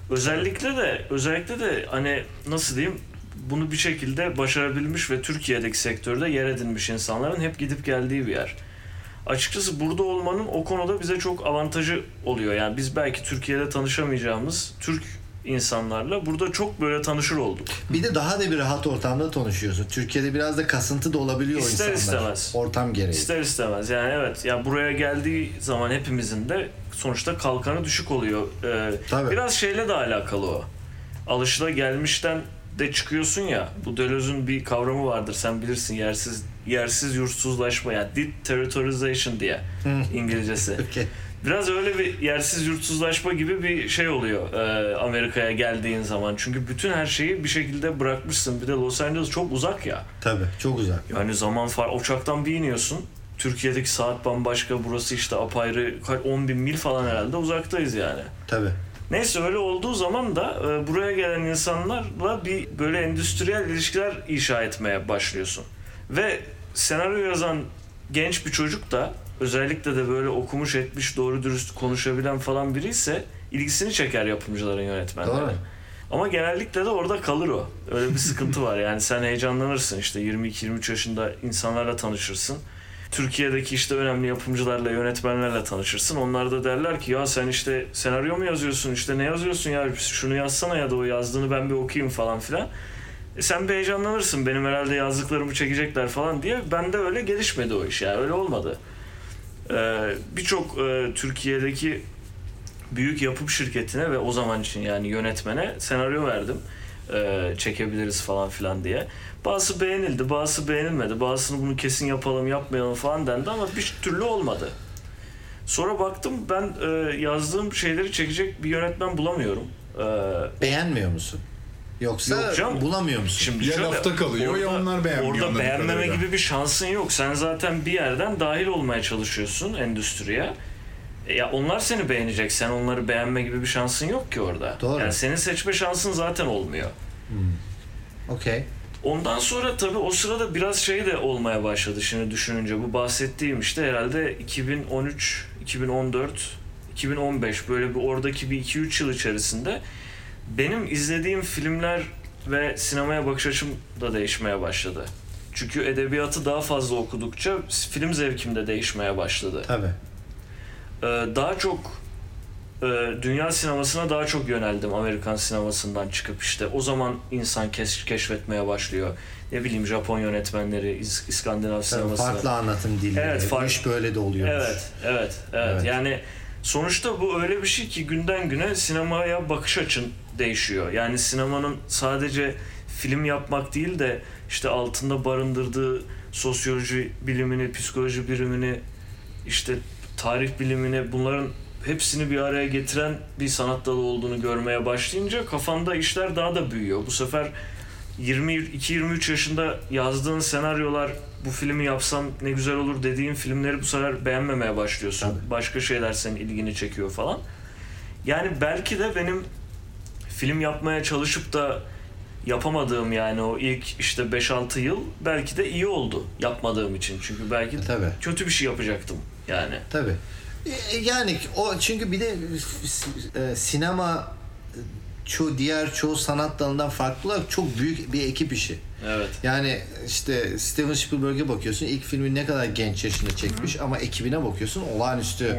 Özellikle de hani nasıl diyeyim, bunu bir şekilde başarabilmiş ve Türkiye'deki sektörde yer edinmiş insanların hep gidip geldiği bir yer. Açıkçası burada olmanın o konuda bize çok avantajı oluyor. Yani biz belki Türkiye'de tanışamayacağımız Türk insanlarla burada çok böyle tanışır olduk. Bir de daha da bir rahat ortamda tanışıyorsun. Türkiye'de biraz da kasıntı da olabiliyor İster insanlar. istemez. Ortam gereği. İster istemez yani evet. Yani buraya geldiği zaman hepimizin de sonuçta kalkanı düşük oluyor. Tabii. Biraz şeyle de alakalı o. Alışılagelmişten de çıkıyorsun ya. Bu Deleuze'ün bir kavramı vardır, sen bilirsin, yersiz yurtsuzlaşma, yani deterritorization diye İngilizcesi. Okay. Biraz öyle bir yersiz yurtsuzlaşma gibi bir şey oluyor Amerika'ya geldiğin zaman. Çünkü bütün her şeyi bir şekilde bırakmışsın. Bir de Los Angeles çok uzak ya. Tabii, çok uzak. Yani zaman uçaktan bir iniyorsun. Türkiye'deki saat bambaşka, burası işte apayrı 10.000 mil falan herhalde uzaktayız yani. Tabii. Neyse, öyle olduğu zaman da buraya gelen insanlarla bir böyle endüstriyel ilişkiler inşa etmeye başlıyorsun. Ve senaryo yazan genç bir çocuk da, özellikle de böyle okumuş etmiş, doğru dürüst konuşabilen falan biri ise ilgisini çeker yapımcıların, yönetmenlerin. Doğru. Ama genellikle de orada kalır o. Öyle bir sıkıntı var. Yani sen heyecanlanırsın, işte 22-23 yaşında insanlarla tanışırsın. Türkiye'deki işte önemli yapımcılarla, yönetmenlerle tanışırsın. Onlar da derler ki ya sen işte senaryo mu yazıyorsun, işte ne yazıyorsun ya, şunu yazsana ya da o yazdığını ben bir okuyayım falan filan. Sen bir heyecanlanırsın, benim herhalde yazdıklarımı çekecekler falan diye. Bende öyle gelişmedi o iş yani, öyle olmadı. Birçok Türkiye'deki büyük yapım şirketine ve o zaman için yani yönetmene senaryo verdim. Çekebiliriz falan filan diye. Bazısı beğenildi, bazısı beğenilmedi. Bazısını bunu kesin yapalım, yapmayalım falan dendi ama bir türlü olmadı. Sonra baktım ben yazdığım şeyleri çekecek bir yönetmen bulamıyorum. Beğenmiyor musun? Yoksa Yok canım. bulamıyor musun? Şimdi Ya şöyle, lafta kalıyor ya onlar beğenmiyor. Orada anladığım beğenmeme kadarıyla. gibi bir şansın yok. Sen zaten bir yerden dahil olmaya çalışıyorsun endüstriye. Ya onlar seni beğenecek. Sen onları beğenme gibi bir şansın yok ki orada. Doğru. Yani senin seçme şansın zaten olmuyor. Okey. Ondan sonra tabii o sırada biraz şey de olmaya başladı şimdi düşününce. Bu bahsettiğim işte herhalde 2013, 2014, 2015 böyle bir oradaki bir 2-3 yıl içerisinde benim izlediğim filmler ve sinemaya bakış açım da değişmeye başladı. Çünkü edebiyatı daha fazla okudukça film zevkim de değişmeye başladı. Tabii. Daha çok dünya sinemasına daha çok yöneldim Amerikan sinemasından çıkıp işte. O zaman insan keşfetmeye başlıyor. Ne bileyim, Japon yönetmenleri, İskandinav sineması. Farklı anlatım dilleri. Evet, Bu iş böyle de oluyormuş. Evet. Yani sonuçta bu öyle bir şey ki günden güne sinemaya bakış açın değişiyor. Yani sinemanın sadece film yapmak değil de işte altında barındırdığı sosyoloji bilimini, psikoloji bilimini, işte tarih bilimini, bunların hepsini bir araya getiren bir sanat dalı olduğunu görmeye başlayınca kafanda işler daha da büyüyor. Bu sefer 22-23 yaşında yazdığın senaryolar, bu filmi yapsam ne güzel olur dediğin filmleri bu sefer beğenmemeye başlıyorsun. Tabii. Başka şeyler senin ilgini çekiyor falan. Yani belki de benim film yapmaya çalışıp da yapamadığım, yani o ilk işte 5-6 yıl belki de iyi oldu yapmadığım için. Çünkü belki Tabii. kötü bir şey yapacaktım yani. Tabii. Yani o çünkü bir de sinema diğer çoğu sanat dalından farklı olarak çok büyük bir ekip işi. Evet. Yani işte Steven Spielberg'e bakıyorsun, ilk filmi ne kadar genç yaşında çekmiş ama ekibine bakıyorsun olağanüstü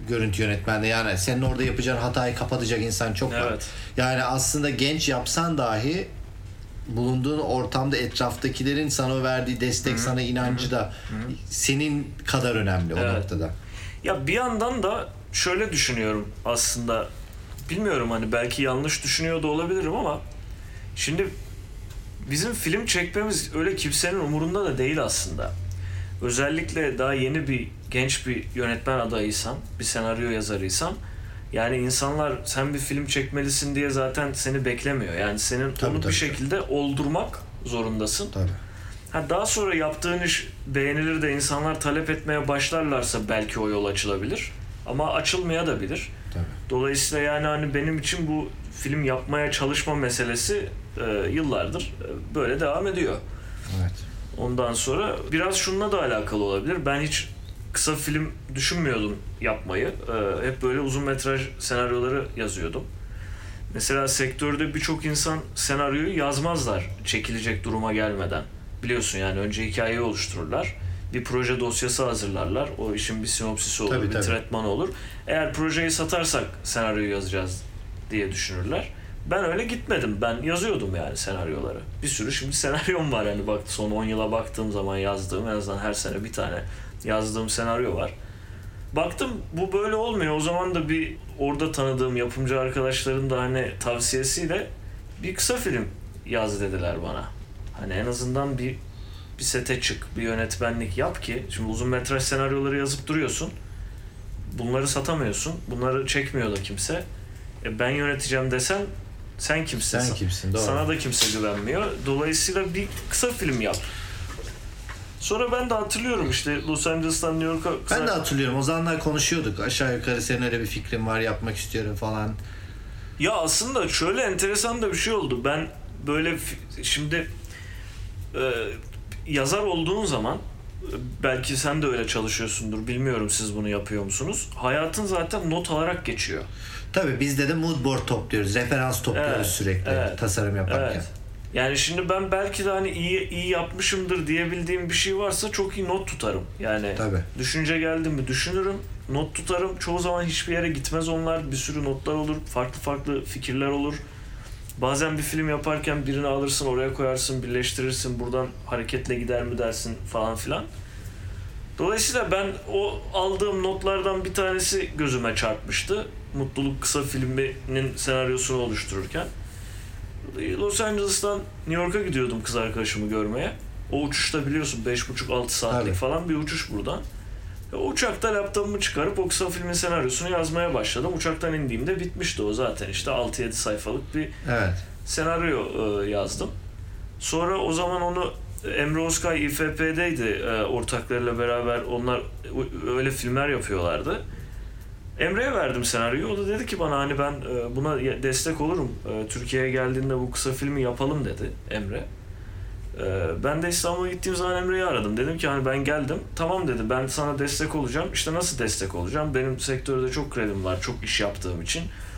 görüntü yönetmenliği. Yani senin orada yapacağın hatayı kapatacak insan çok var. Evet. Yani aslında genç yapsan dahi bulunduğun ortamda etraftakilerin sana verdiği destek, sana inancı da senin kadar önemli o Evet. noktada. Ya bir yandan da şöyle düşünüyorum aslında. Bilmiyorum, hani belki yanlış düşünüyor da olabilirim ama şimdi bizim film çekmemiz öyle kimsenin umurunda da değil aslında. Özellikle daha yeni bir genç bir yönetmen adayıysan, bir senaryo yazarıysan, yani insanlar sen bir film çekmelisin diye zaten seni beklemiyor. Yani senin Tabii, onu tabii. bir şekilde oldurmak zorundasın. Tabii. Ha, daha sonra yaptığın iş beğenilir de insanlar talep etmeye başlarlarsa belki o yol açılabilir. Ama açılmaya da bilir. Tabii. Dolayısıyla yani hani benim için bu film yapmaya çalışma meselesi yıllardır böyle devam ediyor. Evet. Ondan sonra biraz şununla da alakalı olabilir. Ben hiç kısa film düşünmüyordum yapmayı. Hep böyle uzun metraj senaryoları yazıyordum. Mesela sektörde birçok insan senaryoyu yazmazlar çekilecek duruma gelmeden. Biliyorsun yani önce hikayeyi oluştururlar. Bir proje dosyası hazırlarlar. O işin bir sinopsisi olur, Tabii, bir tabii. tretmanı olur. Eğer projeyi satarsak senaryoyu yazacağız diye düşünürler. Ben öyle gitmedim. Ben yazıyordum yani senaryoları. Bir sürü şimdi senaryom var yani son 10 yıla baktığım zaman yazdığım, en azından her sene bir tane yazdığım senaryo var. Baktım bu böyle olmuyor. O zaman da bir orada tanıdığım yapımcı arkadaşların da hani tavsiyesiyle bir kısa film yaz dediler bana. Hani en azından bir sete çık, bir yönetmenlik yap ki şimdi uzun metraj senaryoları yazıp duruyorsun. Bunları satamıyorsun. Bunları çekmiyor da kimse. Ben yöneteceğim desen sen kimsin? Sen kimsin? Doğru. Sana da kimse güvenmiyor. Dolayısıyla bir kısa film yap. Sonra ben de hatırlıyorum işte Los Angeles'tan New York'a... Ben de hatırlıyorum. O zamanlar konuşuyorduk. Aşağı yukarı senin öyle bir fikrin var, yapmak istiyorum falan. Ya aslında şöyle enteresan da bir şey oldu. Ben böyle şimdi yazar olduğun zaman belki sen de öyle çalışıyorsundur. Bilmiyorum siz bunu yapıyor musunuz? Hayatın zaten not alarak geçiyor. Tabii bizde de mood board topluyoruz. Referans topluyoruz Evet, sürekli evet, tasarım yaparken. Evet. Yani şimdi ben belki de hani iyi yapmışımdır diyebildiğim bir şey varsa çok iyi not tutarım. Yani Tabii. düşünce geldi mi düşünürüm, not tutarım. Çoğu zaman hiçbir yere gitmez onlar. Bir sürü notlar olur, farklı fikirler olur. Bazen bir film yaparken birini alırsın, oraya koyarsın, birleştirirsin. Buradan hareketle gider mi dersin falan filan. Dolayısıyla ben o aldığım notlardan bir tanesi gözüme çarpmıştı. Mutluluk kısa filminin senaryosunu oluştururken. Los Angeles'tan New York'a gidiyordum kız arkadaşımı görmeye. O uçuşta biliyorsun 5,5-6 saatlik Tabii. falan bir uçuş buradan. O uçakta laptopumu çıkarıp o kısa filmin senaryosunu yazmaya başladım. Uçaktan indiğimde bitmişti o zaten işte 6-7 sayfalık bir Evet. senaryo yazdım. Sonra o zaman onu Emre Özkay İFP'deydi ortaklarıyla beraber onlar öyle filmler yapıyorlardı. Emre'ye verdim senaryoyu. O da dedi ki bana hani ben buna destek olurum. Türkiye'ye geldiğinde bu kısa filmi yapalım dedi Emre. Ben de İstanbul'a gittiğim zaman Emre'yi aradım. Dedim ki hani ben geldim. Tamam dedi ben sana destek olacağım. İşte nasıl destek olacağım? Benim sektörde çok kredim var. Çok iş yaptığım için.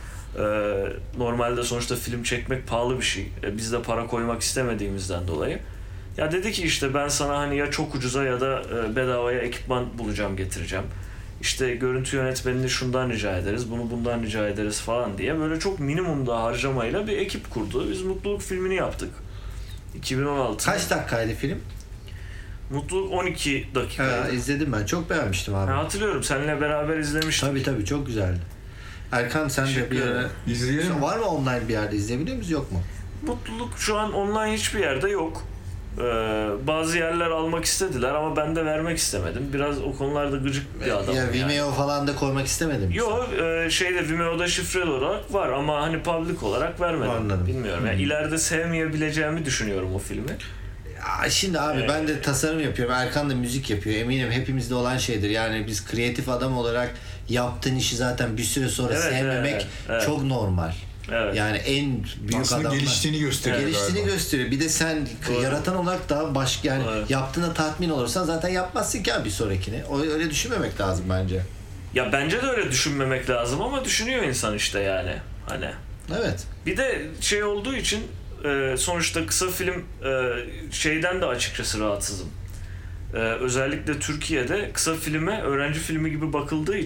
Normalde sonuçta film çekmek pahalı bir şey. Biz de para koymak istemediğimizden dolayı. Ya dedi ki işte ben sana hani ya çok ucuza ya da bedavaya ekipman bulacağım getireceğim. İşte görüntü yönetmenini şundan rica ederiz, bunu bundan rica ederiz falan diye böyle çok minimumda harcamayla bir ekip kurdu. Biz Mutluluk filmini yaptık. 2016. Kaç dakikaydı film? Mutluluk 12 dakika. İzledim ben. Çok beğenmiştim abi. Hatırlıyorum seninle beraber izlemiştik. Tabii çok güzeldi. Erkan sen de bir ara... İzleyelim. Var mı online bir yerde izleyebiliyor muyuz yok mu? Mutluluk şu an online hiçbir yerde yok. Bazı yerler almak istediler ama ben de vermek istemedim. Biraz o konularda gıcık bir adamım Ya Vimeo yani. falan da koymak istemedim. Yok Vimeo'da şifreli olarak var ama hani public olarak vermedim. Anladım. Bilmiyorum. Yani ileride sevmeyebileceğimi düşünüyorum o filmi. Ya şimdi abi ben de tasarım yapıyorum. Erkan da müzik yapıyor. Eminim hepimizde olan şeydir. Yani biz kreatif adam olarak yaptığın işi zaten bir süre sonra sevmemek çok normal. Evet. Yani en büyük aslında adamlar geliştiğini gösteriyor galiba. gösteriyor. Bir de sen yaratan olarak daha başka yani yaptığına tatmin olursan zaten yapmazsın ki abi bir sonrakini. Öyle düşünmemek lazım bence. Ya bence de öyle düşünmemek lazım ama düşünüyor insan işte yani. Hani. Evet. Bir de şey olduğu için sonuçta kısa film şeyden de açıkçası rahatsızım. Özellikle Türkiye'de kısa filme öğrenci filmi gibi bakıldığı için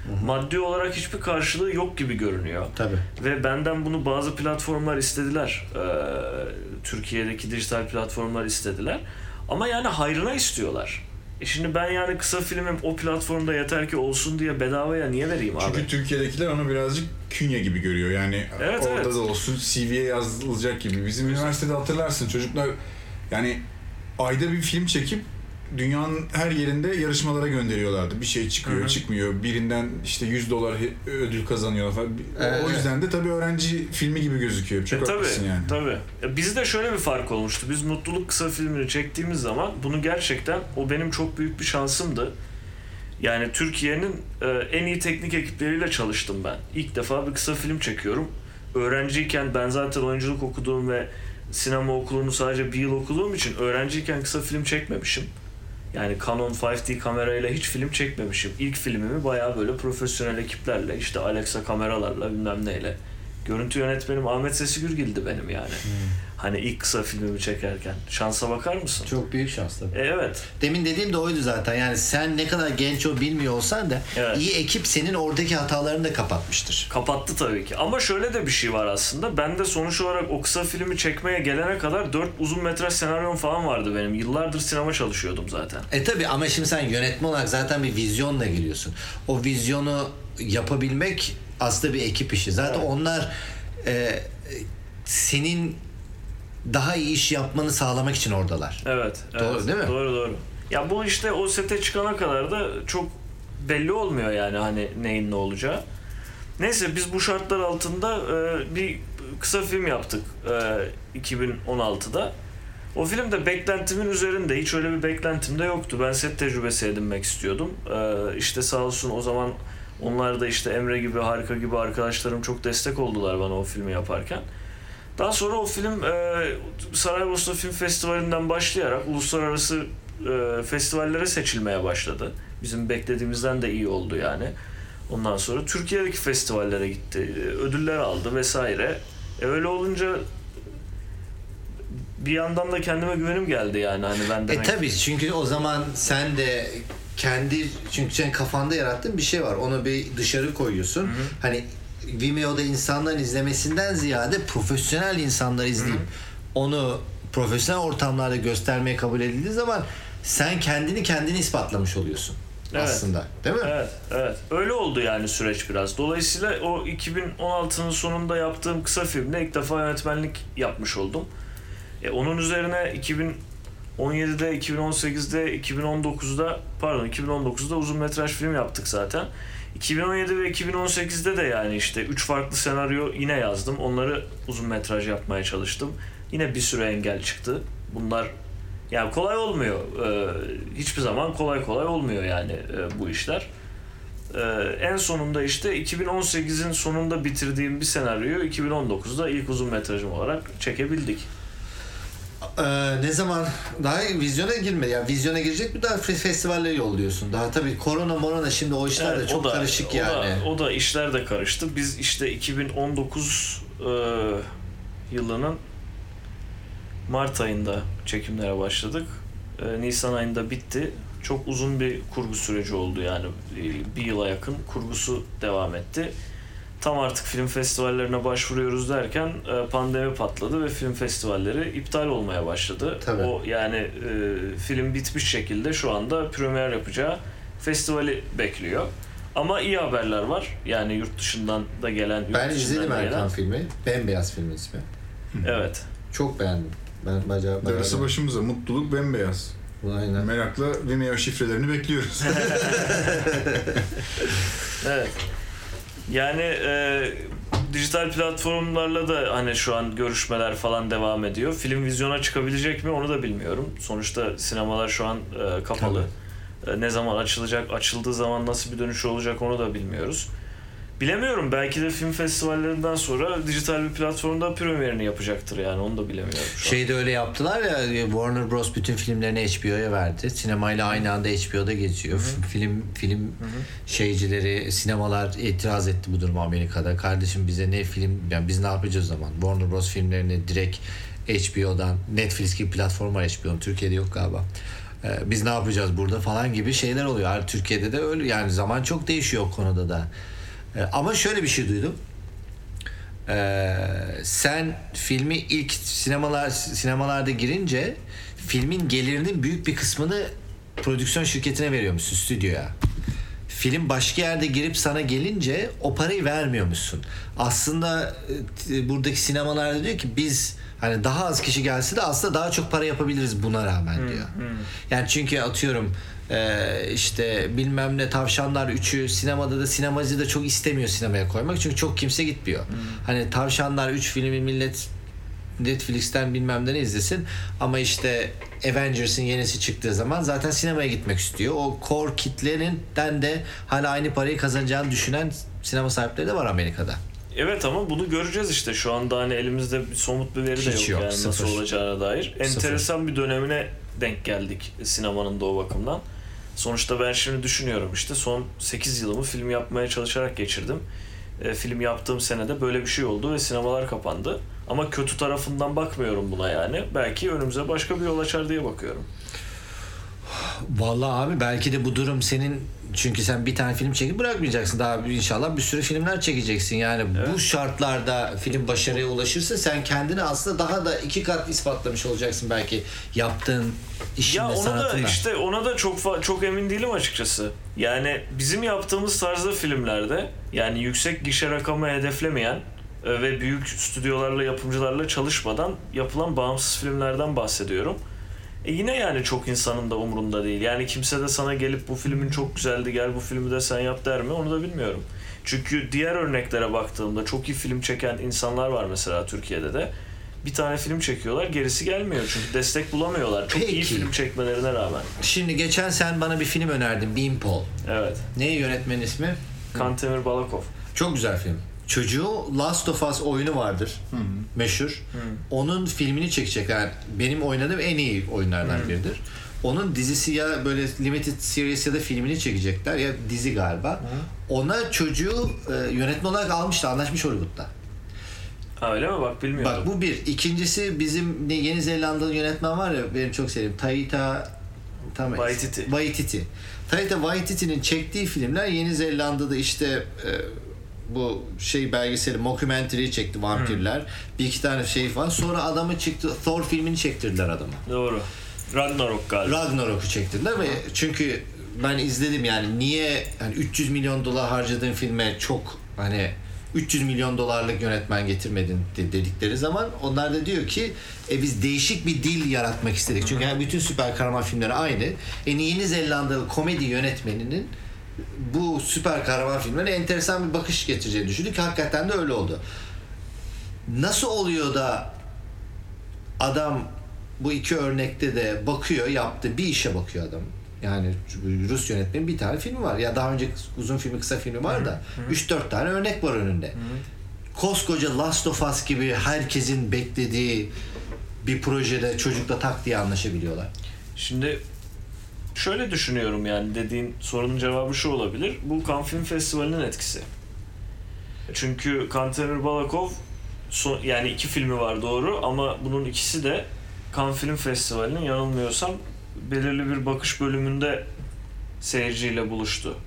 maddi olarak hiçbir karşılığı yok gibi görünüyor. Tabii. Ve benden bunu bazı platformlar istediler. Türkiye'deki dijital platformlar istediler. Ama yani hayrına istiyorlar. Şimdi ben yani kısa filmim o platformda yeter ki olsun diye bedavaya niye vereyim abi? Çünkü Türkiye'dekiler onu birazcık künye gibi görüyor. Yani Evet, orada evet. da olsun, CV'ye yazılacak gibi. Bizim üniversitede hatırlarsın çocuklar yani ayda bir film çekip dünyanın her yerinde yarışmalara gönderiyorlardı. Bir şey çıkıyor, çıkmıyor. Birinden işte $100 ödül kazanıyor falan. O yüzden de tabii öğrenci filmi gibi gözüküyor. Çok haklısın tabii, yani. Tabii. Bizde şöyle bir fark olmuştu. Biz Mutluluk kısa filmini çektiğimiz zaman bunu gerçekten o benim çok büyük bir şansımdı. Yani Türkiye'nin en iyi teknik ekipleriyle çalıştım ben. İlk defa bir kısa film çekiyorum. Öğrenciyken ben zaten oyunculuk okuduğum ve sinema okulunu sadece bir yıl okuduğum için öğrenciyken kısa film çekmemişim. Yani Canon 5D kamerayla hiç film çekmemişim. İlk filmimi bayağı böyle profesyonel ekiplerle, işte Alexa kameralarla bilmem neyle. Görüntü yönetmenim Ahmet Sesi Gürgil'di benim yani. Hani ilk kısa filmimi çekerken. Şansa bakar mısın? Çok büyük şans tabii. Evet. Demin dediğim de oydu zaten. Yani sen ne kadar genç o bilmiyor olsan da Evet. iyi ekip senin oradaki hatalarını da kapatmıştır. Kapattı tabii ki. Ama şöyle de bir şey var aslında. Ben de sonuç olarak o kısa filmi çekmeye gelene kadar 4 uzun metraj senaryom falan vardı benim. Yıllardır sinema çalışıyordum zaten. Tabii ama şimdi sen yönetmen olarak zaten bir vizyonla geliyorsun. O vizyonu yapabilmek aslında bir ekip işi. Zaten onlar senin daha iyi iş yapmanı sağlamak için oradalar. Evet. Doğru değil mi? Doğru. Ya bu işte o sete çıkana kadar da çok belli olmuyor yani hani neyin ne olacağı. Neyse biz bu şartlar altında bir kısa film yaptık 2016'da. O film de beklentimin üzerinde. Hiç öyle bir beklentim de yoktu. Ben set tecrübesi edinmek istiyordum. İşte sağ olsun o zaman onlar da işte Emre gibi, Harika gibi arkadaşlarım çok destek oldular bana o filmi yaparken. Daha sonra o film Saraybosna Film Festivali'nden başlayarak uluslararası festivallere seçilmeye başladı. Bizim beklediğimizden de iyi oldu yani. Ondan sonra Türkiye'deki festivallere gitti, ödüller aldı vesaire. Öyle olunca bir yandan da kendime güvenim geldi yani hani ben demek. Tabii çünkü o zaman sen de çünkü sen kafanda yarattığın bir şey var. Onu bir dışarı koyuyorsun. Hı-hı. Hani Vimeo'da insanların izlemesinden ziyade profesyonel insanlar izleyip onu profesyonel ortamlarda göstermeye kabul edildiği zaman sen kendini ispatlamış oluyorsun. Evet. Aslında değil mi? Evet. Öyle oldu yani süreç biraz. Dolayısıyla o 2016'nın sonunda yaptığım kısa filmde ilk defa yönetmenlik yapmış oldum. Onun üzerine 2017'de, 2018'de, 2019'da uzun metraj film yaptık zaten. 2017 ve 2018'de de yani işte 3 farklı senaryo yine yazdım. Onları uzun metraj yapmaya çalıştım. Yine bir sürü engel çıktı. Bunlar yani kolay olmuyor. Hiçbir zaman kolay olmuyor yani bu işler. En sonunda işte 2018'in sonunda bitirdiğim bir senaryoyu 2019'da ilk uzun metrajım olarak çekebildik. Ne zaman daha vizyona girmedi? Yani vizyona girecek mi daha festivallere yolluyorsun? Daha tabii korona şimdi o işler de çok karışık yani. O da işler de karıştı. Biz işte 2019 yılının Mart ayında çekimlere başladık. Nisan ayında bitti. Çok uzun bir kurgu süreci oldu yani. Bir yıla yakın kurgusu devam etti. Tam artık film festivallerine başvuruyoruz derken pandemi patladı ve film festivalleri iptal olmaya başladı. Tabii. O yani film bitmiş şekilde şu anda premier yapacağı festivali bekliyor. Ama iyi haberler var. Yani yurt dışından da gelen... Ben izledim Erkan filmi. Bembeyaz filmin ismi. Evet. Çok beğendim. Ben bayağı darısı başımıza. Mutluluk bembeyaz. Aynen. Merakla Vimeo şifrelerini bekliyoruz. Evet. Yani dijital platformlarla da hani şu an görüşmeler falan devam ediyor. Film vizyona çıkabilecek mi onu da bilmiyorum. Sonuçta sinemalar şu an kapalı. Ne zaman açılacak, açıldığı zaman nasıl bir dönüş olacak onu da bilmiyoruz. Bilemiyorum. Belki de film festivallerinden sonra dijital bir platformda premierini yapacaktır yani. Onu da bilemiyorum şu an. Şeyde öyle yaptılar ya, Warner Bros. Bütün filmlerini HBO'ya verdi. Sinemayla aynı anda HBO'da geçiyor. Film şeycileri, sinemalar itiraz etti bu duruma Amerika'da. Kardeşim bize ne film, yani biz ne yapacağız o zaman? Warner Bros. Filmlerini direkt HBO'dan, Netflix gibi platform var HBO'nun. Türkiye'de yok galiba. Biz ne yapacağız burada falan gibi şeyler oluyor. Türkiye'de de öyle, yani zaman çok değişiyor o konuda da. Ama şöyle bir şey duydum. Sen filmi ilk sinemalarda girince filmin gelirinin büyük bir kısmını prodüksiyon şirketine veriyormuşsun, stüdyoya. Film başka yerde girip sana gelince o parayı vermiyormuşsun. Aslında buradaki sinemalarda diyor ki biz hani daha az kişi gelse de aslında daha çok para yapabiliriz buna rağmen diyor. Yani çünkü atıyorum işte bilmem ne Tavşanlar 3'ü sinemada da sinemacı da çok istemiyor sinemaya koymak. Çünkü çok kimse gitmiyor. Hani Tavşanlar 3 filmi millet Netflix'ten bilmem ne izlesin ama işte Avengers'ın yenisi çıktığı zaman zaten sinemaya gitmek istiyor. O core kitlerinden de hala aynı parayı kazanacağını düşünen sinema sahipleri de var Amerika'da. Evet ama bunu göreceğiz işte. Şu anda hani elimizde bir somut bir veri de Hiç yok, yok, yani sıfır. nasıl olacağına dair. Enteresan bir dönemine denk geldik sinemanın da o bakımdan. Sonuçta ben şimdi düşünüyorum işte son 8 yılımı film yapmaya çalışarak geçirdim. Film yaptığım senede böyle bir şey oldu ve sinemalar kapandı. Ama kötü tarafından bakmıyorum buna yani. Belki önümüze başka bir yol açar diye bakıyorum. Vallahi abi belki de bu durum senin, çünkü sen bir tane film çekip bırakmayacaksın. Daha inşallah bir sürü filmler çekeceksin. Yani evet. Bu şartlarda film başarıya ulaşırsa sen kendini aslında daha da 2 kat ispatlamış olacaksın belki yaptığın işin ve sanatına. Da işte ona da çok emin değilim açıkçası. Yani bizim yaptığımız tarzda filmlerde yani yüksek gişe rakamı hedeflemeyen ve büyük stüdyolarla, yapımcılarla çalışmadan yapılan bağımsız filmlerden bahsediyorum. Yine yani çok insanın da umurunda değil. Yani kimse de sana gelip bu filmin çok güzeldi gel bu filmi de sen yap der mi onu da bilmiyorum. Çünkü diğer örneklere baktığımda çok iyi film çeken insanlar var mesela Türkiye'de de. Bir tane film çekiyorlar gerisi gelmiyor çünkü destek bulamıyorlar. Çok iyi film çekmelerine rağmen. Şimdi geçen sen bana bir film önerdin, Beanpole. Evet. Ne yönetmenin ismi? Kantemir Balakov. Çok güzel film. Çocuğu Last of Us oyunu vardır. Meşhur. Onun filmini çekecekler. Yani benim oynadığım en iyi oyunlardan biridir. Onun dizisi ya böyle limited series ya da filmini çekecekler ya dizi galiba. Ona çocuğu yönetmen olarak almışlar, anlaşmış Hollywood'da. Ha öyle mi? Bak bilmiyorum. Bak bu bir. İkincisi bizim Yeni Zelandalı yönetmen var ya benim çok sevdiğim. Taika Waititi. Taika Waititi'nin çektiği filmler Yeni Zelanda'da işte bu şey belgeseli mockumentary'yi çekti vampirler. Bir iki tane şey var. Sonra adamı çıktı Thor filmini çektirdiler adama. Doğru. Ragnarok galiba. Ragnarok'u çektirdiler ve çünkü ben izledim yani niye yani 300 milyon dolar harcadığın filme çok hani 300 milyon dolarlık yönetmen getirmedin dedikleri zaman onlar da diyor ki biz değişik bir dil yaratmak istedik. Çünkü yani bütün süper kahraman filmleri aynı. Yeni Zelandalı komedi yönetmeninin bu süper kahraman filmlerine enteresan bir bakış getireceğini düşündük. Hakikaten de öyle oldu. Nasıl oluyor da adam bu iki örnekte de bakıyor, yaptığı bir işe bakıyor adam. Yani Rus yönetmenin bir tane filmi var. Ya daha önce uzun filmi, kısa filmi var da 3-4 tane örnek var önünde. Koskoca Last of Us gibi herkesin beklediği bir projede çocukla tak diye anlaşabiliyorlar. Şimdi şöyle düşünüyorum yani dediğin sorunun cevabı şu olabilir. Bu Cannes Film Festivali'nin etkisi. Çünkü Kantemir Balakov yani 2 filmi var doğru ama bunun ikisi de Cannes Film Festivali'nin yanılmıyorsam belirli bir bakış bölümünde seyirciyle buluştu.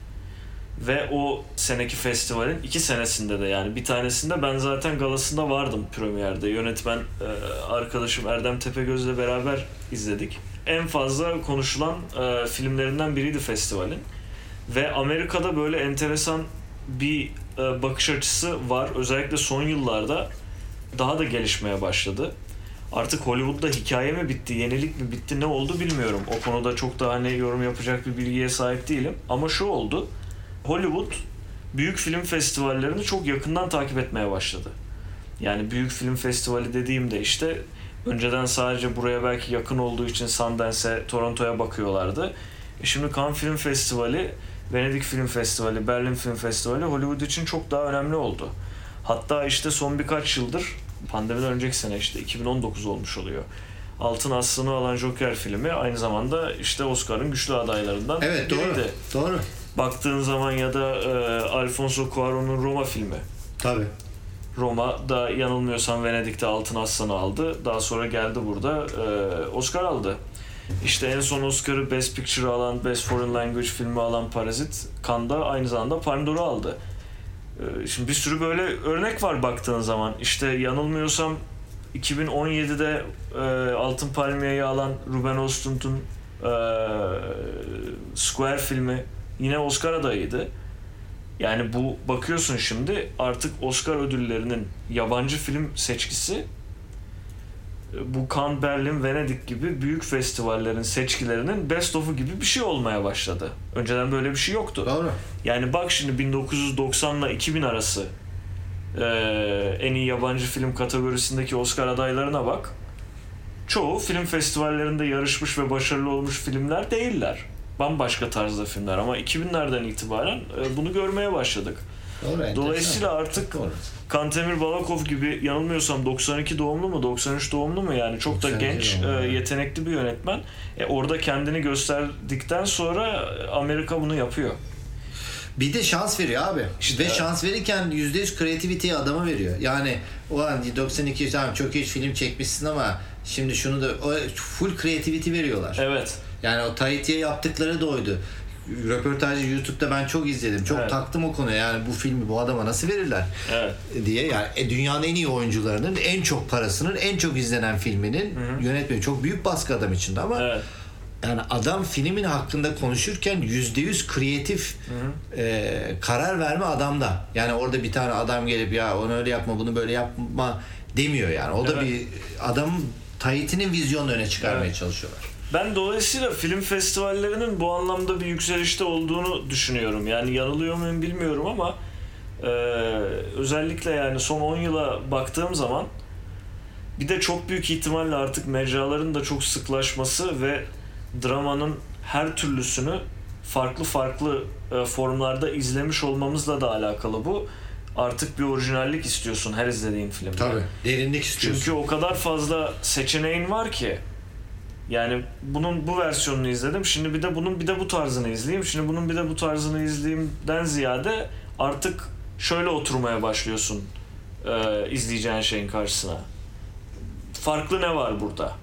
Ve o seneki festivalin 2 senesinde de yani bir tanesinde ben zaten galasında vardım premierde. Yönetmen arkadaşım Erdem Tepegöz'le beraber izledik. En fazla konuşulan filmlerinden biriydi festivalin. Ve Amerika'da böyle enteresan bir bakış açısı var. Özellikle son yıllarda daha da gelişmeye başladı. Artık Hollywood'da hikaye mi bitti, yenilik mi bitti, ne oldu bilmiyorum. O konuda çok da hani yorum yapacak bir bilgiye sahip değilim. Ama şu oldu, Hollywood büyük film festivallerini çok yakından takip etmeye başladı. Yani büyük film festivali dediğimde işte önceden sadece buraya belki yakın olduğu için Sundance'e, Toronto'ya bakıyorlardı. Şimdi Cannes Film Festivali, Venedik Film Festivali, Berlin Film Festivali Hollywood için çok daha önemli oldu. Hatta işte son birkaç yıldır pandemiden önceki sene işte 2019 olmuş oluyor. Altın Aslanı alan Joker filmi aynı zamanda işte Oscar'ın güçlü adaylarından biriydi. Doğru. Baktığın zaman ya da Alfonso Cuarón'un Roma filmi. Tabii. Roma'da yanılmıyorsam Venedik'te Altın Aslanı aldı. Daha sonra geldi burada Oscar aldı. İşte en son Oscar'ı Best Picture alan, Best Foreign Language filmi alan Parazit, Cannes'da aynı zamanda Palme d'Or'u aldı. Şimdi bir sürü böyle örnek var baktığın zaman. İşte yanılmıyorsam 2017'de Altın Palmiye'yi alan Ruben Östlund'un Square filmi yine Oscar adayıydı. Yani bu bakıyorsun şimdi artık Oscar ödüllerinin yabancı film seçkisi bu Cannes, Berlin, Venedik gibi büyük festivallerin seçkilerinin best of'u gibi bir şey olmaya başladı. Önceden böyle bir şey yoktu. Doğru. Yani bak şimdi 1990 ile 2000 arası en iyi yabancı film kategorisindeki Oscar adaylarına bak. Çoğu film festivallerinde yarışmış ve başarılı olmuş filmler değiller. Bambaşka tarzda filmler ama 2000'lerden itibaren bunu görmeye başladık. Doğru, Dolayısıyla artık doğru. Kantemir Balakov gibi yanılmıyorsam 92 doğumlu mu 93 doğumlu mu yani çok da genç yetenekli bir yönetmen. Orada kendini gösterdikten sonra Amerika bunu yapıyor. Bir de şans veriyor abi. İşte ve şans verirken %100 kreativiteyi adama veriyor. Yani o an 92 tamam çok iyi film çekmişsin ama şimdi şunu da full kreativite veriyorlar. Evet. Yani o Tahiti'ye yaptıkları da oydu. Röportajı YouTube'da ben çok izledim. Çok taktım o konuya. Yani bu filmi bu adama nasıl verirler? Evet. Diye yani dünyanın en iyi oyuncularının en çok parasının en çok izlenen filminin yönetmeni. Çok büyük baskı adam içinde ama yani adam filmin hakkında konuşurken %100 kreatif karar verme adamda. Yani orada bir tane adam gelip ya onu öyle yapma bunu böyle yapma demiyor yani. O da bir adam Tahiti'nin vizyonunu öne çıkarmaya çalışıyorlar. Ben dolayısıyla film festivallerinin bu anlamda bir yükselişte olduğunu düşünüyorum. Yani yanılıyor muyum bilmiyorum ama özellikle yani son 10 yıla baktığım zaman bir de çok büyük ihtimalle artık mecraların da çok sıklaşması ve dramanın her türlüsünü farklı formlarda izlemiş olmamızla da alakalı bu. Artık bir orijinallik istiyorsun her izlediğin filmde. Tabii. Derinlik istiyorsun. Çünkü o kadar fazla seçeneğin var ki. Yani bunun bu versiyonunu izledim. Şimdi bir de bunun bir de bu tarzını izleyeyim. Şimdi bunun bir de bu tarzını izleyeyimden ziyade artık şöyle oturmaya başlıyorsun izleyeceğin şeyin karşısına. Farklı ne var burada?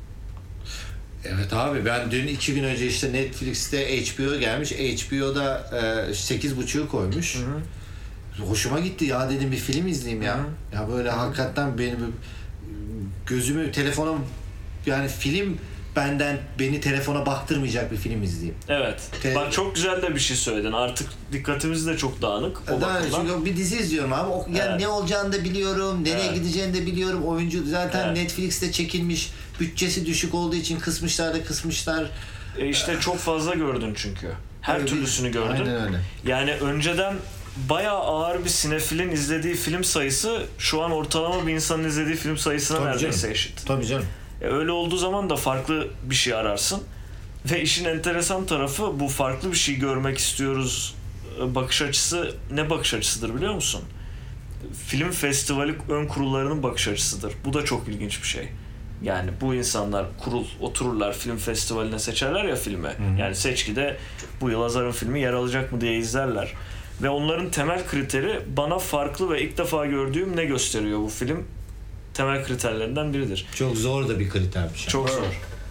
Evet abi ben dün 2 gün önce işte Netflix'te HBO gelmiş. HBO'da 8.5'u koymuş. Hoşuma gitti ya dedim bir film izleyeyim ya. Ya böyle hakikaten benim gözümü telefona yani film beni telefona baktırmayacak bir film izleyeyim. Evet. Bak çok güzel de bir şey söyledin. Artık dikkatimiz de çok dağınık. Çünkü bir dizi izliyorum abi. Yani ne olacağını da biliyorum. Nereye gideceğini de biliyorum. Oyuncu zaten Netflix'te çekilmiş. Bütçesi düşük olduğu için kısmışlar. İşte çok fazla gördün çünkü. Her türlüsünü gördün. Aynen öyle. Yani önceden bayağı ağır bir sinefilin izlediği film sayısı şu an ortalama bir insanın izlediği film sayısına neredeyse eşit. Tabii canım. Öyle olduğu zaman da farklı bir şey ararsın. Ve işin enteresan tarafı bu farklı bir şey görmek istiyoruz bakış açısı ne bakış açısıdır biliyor musun? Film festivali ön kurullarının bakış açısıdır. Bu da çok ilginç bir şey. Yani bu insanlar otururlar film festivaline seçerler ya filmi. Yani seçkide bu yıl Hazar'ın filmi yer alacak mı diye izlerler. Ve onların temel kriteri bana farklı ve ilk defa gördüğüm ne gösteriyor bu film? Temel kriterlerinden biridir. Çok zor da bir kritermiş. Çok zor.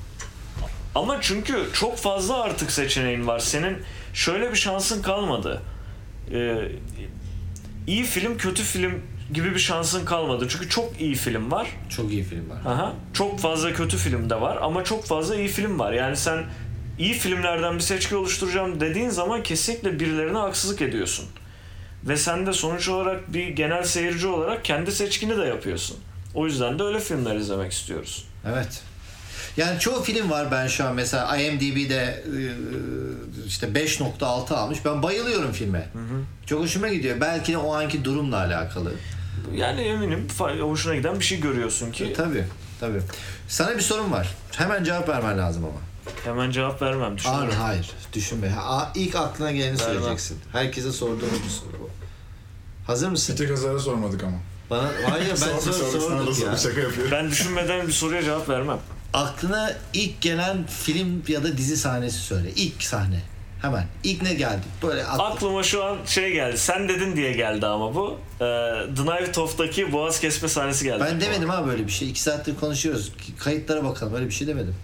Ama çünkü çok fazla artık seçeneğin var. Senin şöyle bir şansın kalmadı. İyi film, kötü film gibi bir şansın kalmadı. Çünkü çok iyi film var. Çok iyi film var. Aha. Çok fazla kötü film de var ama çok fazla iyi film var. Yani sen iyi filmlerden bir seçki oluşturacağım dediğin zaman kesinlikle birilerine haksızlık ediyorsun. Ve sen de sonuç olarak bir genel seyirci olarak kendi seçkini de yapıyorsun. O yüzden de öyle filmler izlemek istiyoruz. Evet. Yani çoğu film var ben şu an mesela IMDb'de işte 5.6 almış. Ben bayılıyorum filme. Çok hoşuma gidiyor. Belki de o anki durumla alakalı. Yani eminim hoşuna giden bir şey görüyorsun ki. Tabii. Sana bir sorum var. Hemen cevap vermen lazım ama. Hemen cevap vermem. Hayır. Düşünme. İlk aklına geleni söyleyeceksin. Herkese sorduğum bir soru bu. Hazır mısın? Bir tek Hazar'a sormadık ama. Hayır ben sorduk ya. Şaka yapıyorum. Ben düşünmeden bir soruya cevap vermem. Aklına ilk gelen film ya da dizi sahnesi söyle. İlk sahne. Hemen. İlk ne geldi? Böyle aklıma şu an geldi. Sen dedin diye geldi ama bu. The Night Of'taki boğaz kesme sahnesi geldi. Ben demedim ha böyle bir şey. 2 saattir konuşuyoruz. Kayıtlara bakalım. Öyle bir şey demedim.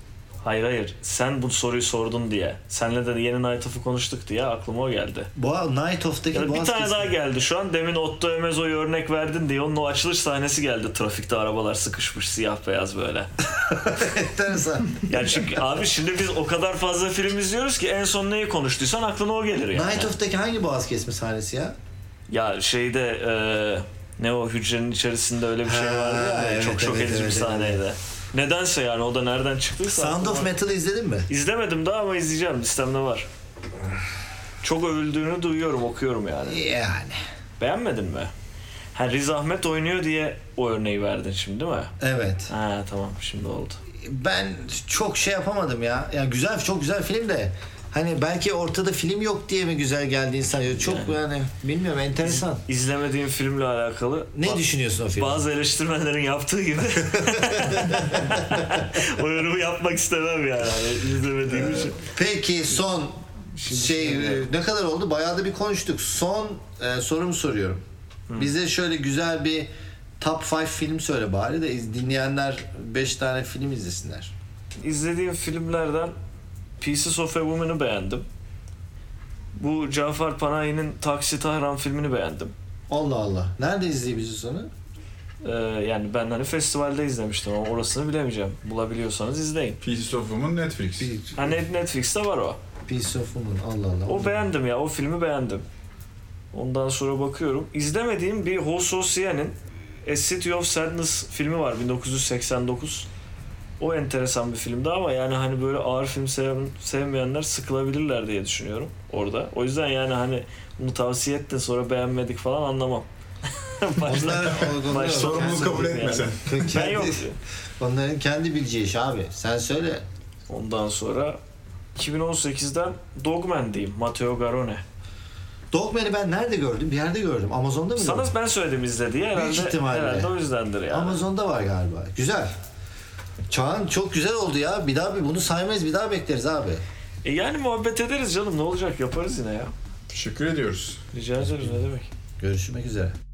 Hayır. Sen bu soruyu sordun diye. Senle de yeni Night Of'u konuştuk diye aklıma o geldi. Night Of'taki Ya bir Boğaz tane kesimi. daha geldi şu an. Demin Otto Emezo'yu örnek verdin diye onun o açılış sahnesi geldi. Trafikte arabalar sıkışmış siyah beyaz böyle. Enteresan. Yani çünkü abi şimdi biz o kadar fazla film izliyoruz ki en son neyi konuştuysan aklına o gelir yani. Night Of'taki hangi boğaz kesme sahnesi ya? Ya şeyde ne o hücrenin içerisinde öyle bir şey Ha, vardı ya. evet, çok şok evet, edici bir evet, sahneydi. Nedense yani o da nereden çıktıysa. Sound of Metal'ı izledin mi? İzlemedim daha ama izleyeceğim. Listemde var. Çok övüldüğünü duyuyorum, okuyorum yani. Yani. Beğenmedin mi? Ha, Riz Ahmet oynuyor diye o örneği verdin şimdi değil mi? Evet. Ha tamam şimdi oldu. Ben çok şey yapamadım ya. Yani güzel, çok güzel film de. Hani belki ortada film yok diye mi güzel geldi insan? Çok yani bilmiyorum, enteresan. İzlemediğim filmle alakalı. Ne düşünüyorsun o filmde? Bazı eleştirmenlerin yaptığı gibi. O yorumu yapmak istemem yani. Hani izlemediğim için. Peki son ne kadar oldu? Bayağı da bir konuştuk. Son sorumu soruyorum. Bize şöyle güzel bir top 5 film söyle bari de dinleyenler 5 tane film izlesinler. İzlediğim filmlerden Pieces of a Woman'ı beğendim. Bu Cafer Panahi'nin Taksi Tahran filmini beğendim. Allah Allah. Nerede izleyebiliriz onu? Yani ben hani festivalde izlemiştim ama orasını bilemeyeceğim. Bulabiliyorsanız izleyin. Pieces of Woman Netflix. Hani Netflix'te var o. Piece of Woman. Allah Allah. O beğendim ya. O filmi beğendim. Ondan sonra bakıyorum. İzlemediğim bir Ho So-sien'in A City of Sadness filmi var 1989. O enteresan bir filmdi ama yani hani böyle ağır film sevmeyenler sıkılabilirler diye düşünüyorum orada. O yüzden yani hani bunu tavsiye ettin sonra beğenmedik falan anlamam. Onlar Sorumluluğu kabul etme sen. Ben yok. Onların kendi bileceği iş abi. Sen söyle. Ondan sonra 2018'den Dogman diyeyim. Matteo Garrone. Dogman'ı ben nerede gördüm? Bir yerde gördüm. Amazon'da mı Sana gördüm? ben söyledim izle diye herhalde. Büyük ihtimalle. Herhalde o yüzdendir yani. Amazon'da var galiba. Güzel. Çağan çok güzel oldu ya. Bir daha bunu saymayız. Bir daha bekleriz abi. Yani muhabbet ederiz canım. Ne olacak? Yaparız yine ya. Teşekkür ediyoruz. Rica ederiz ne demek. Görüşmek üzere.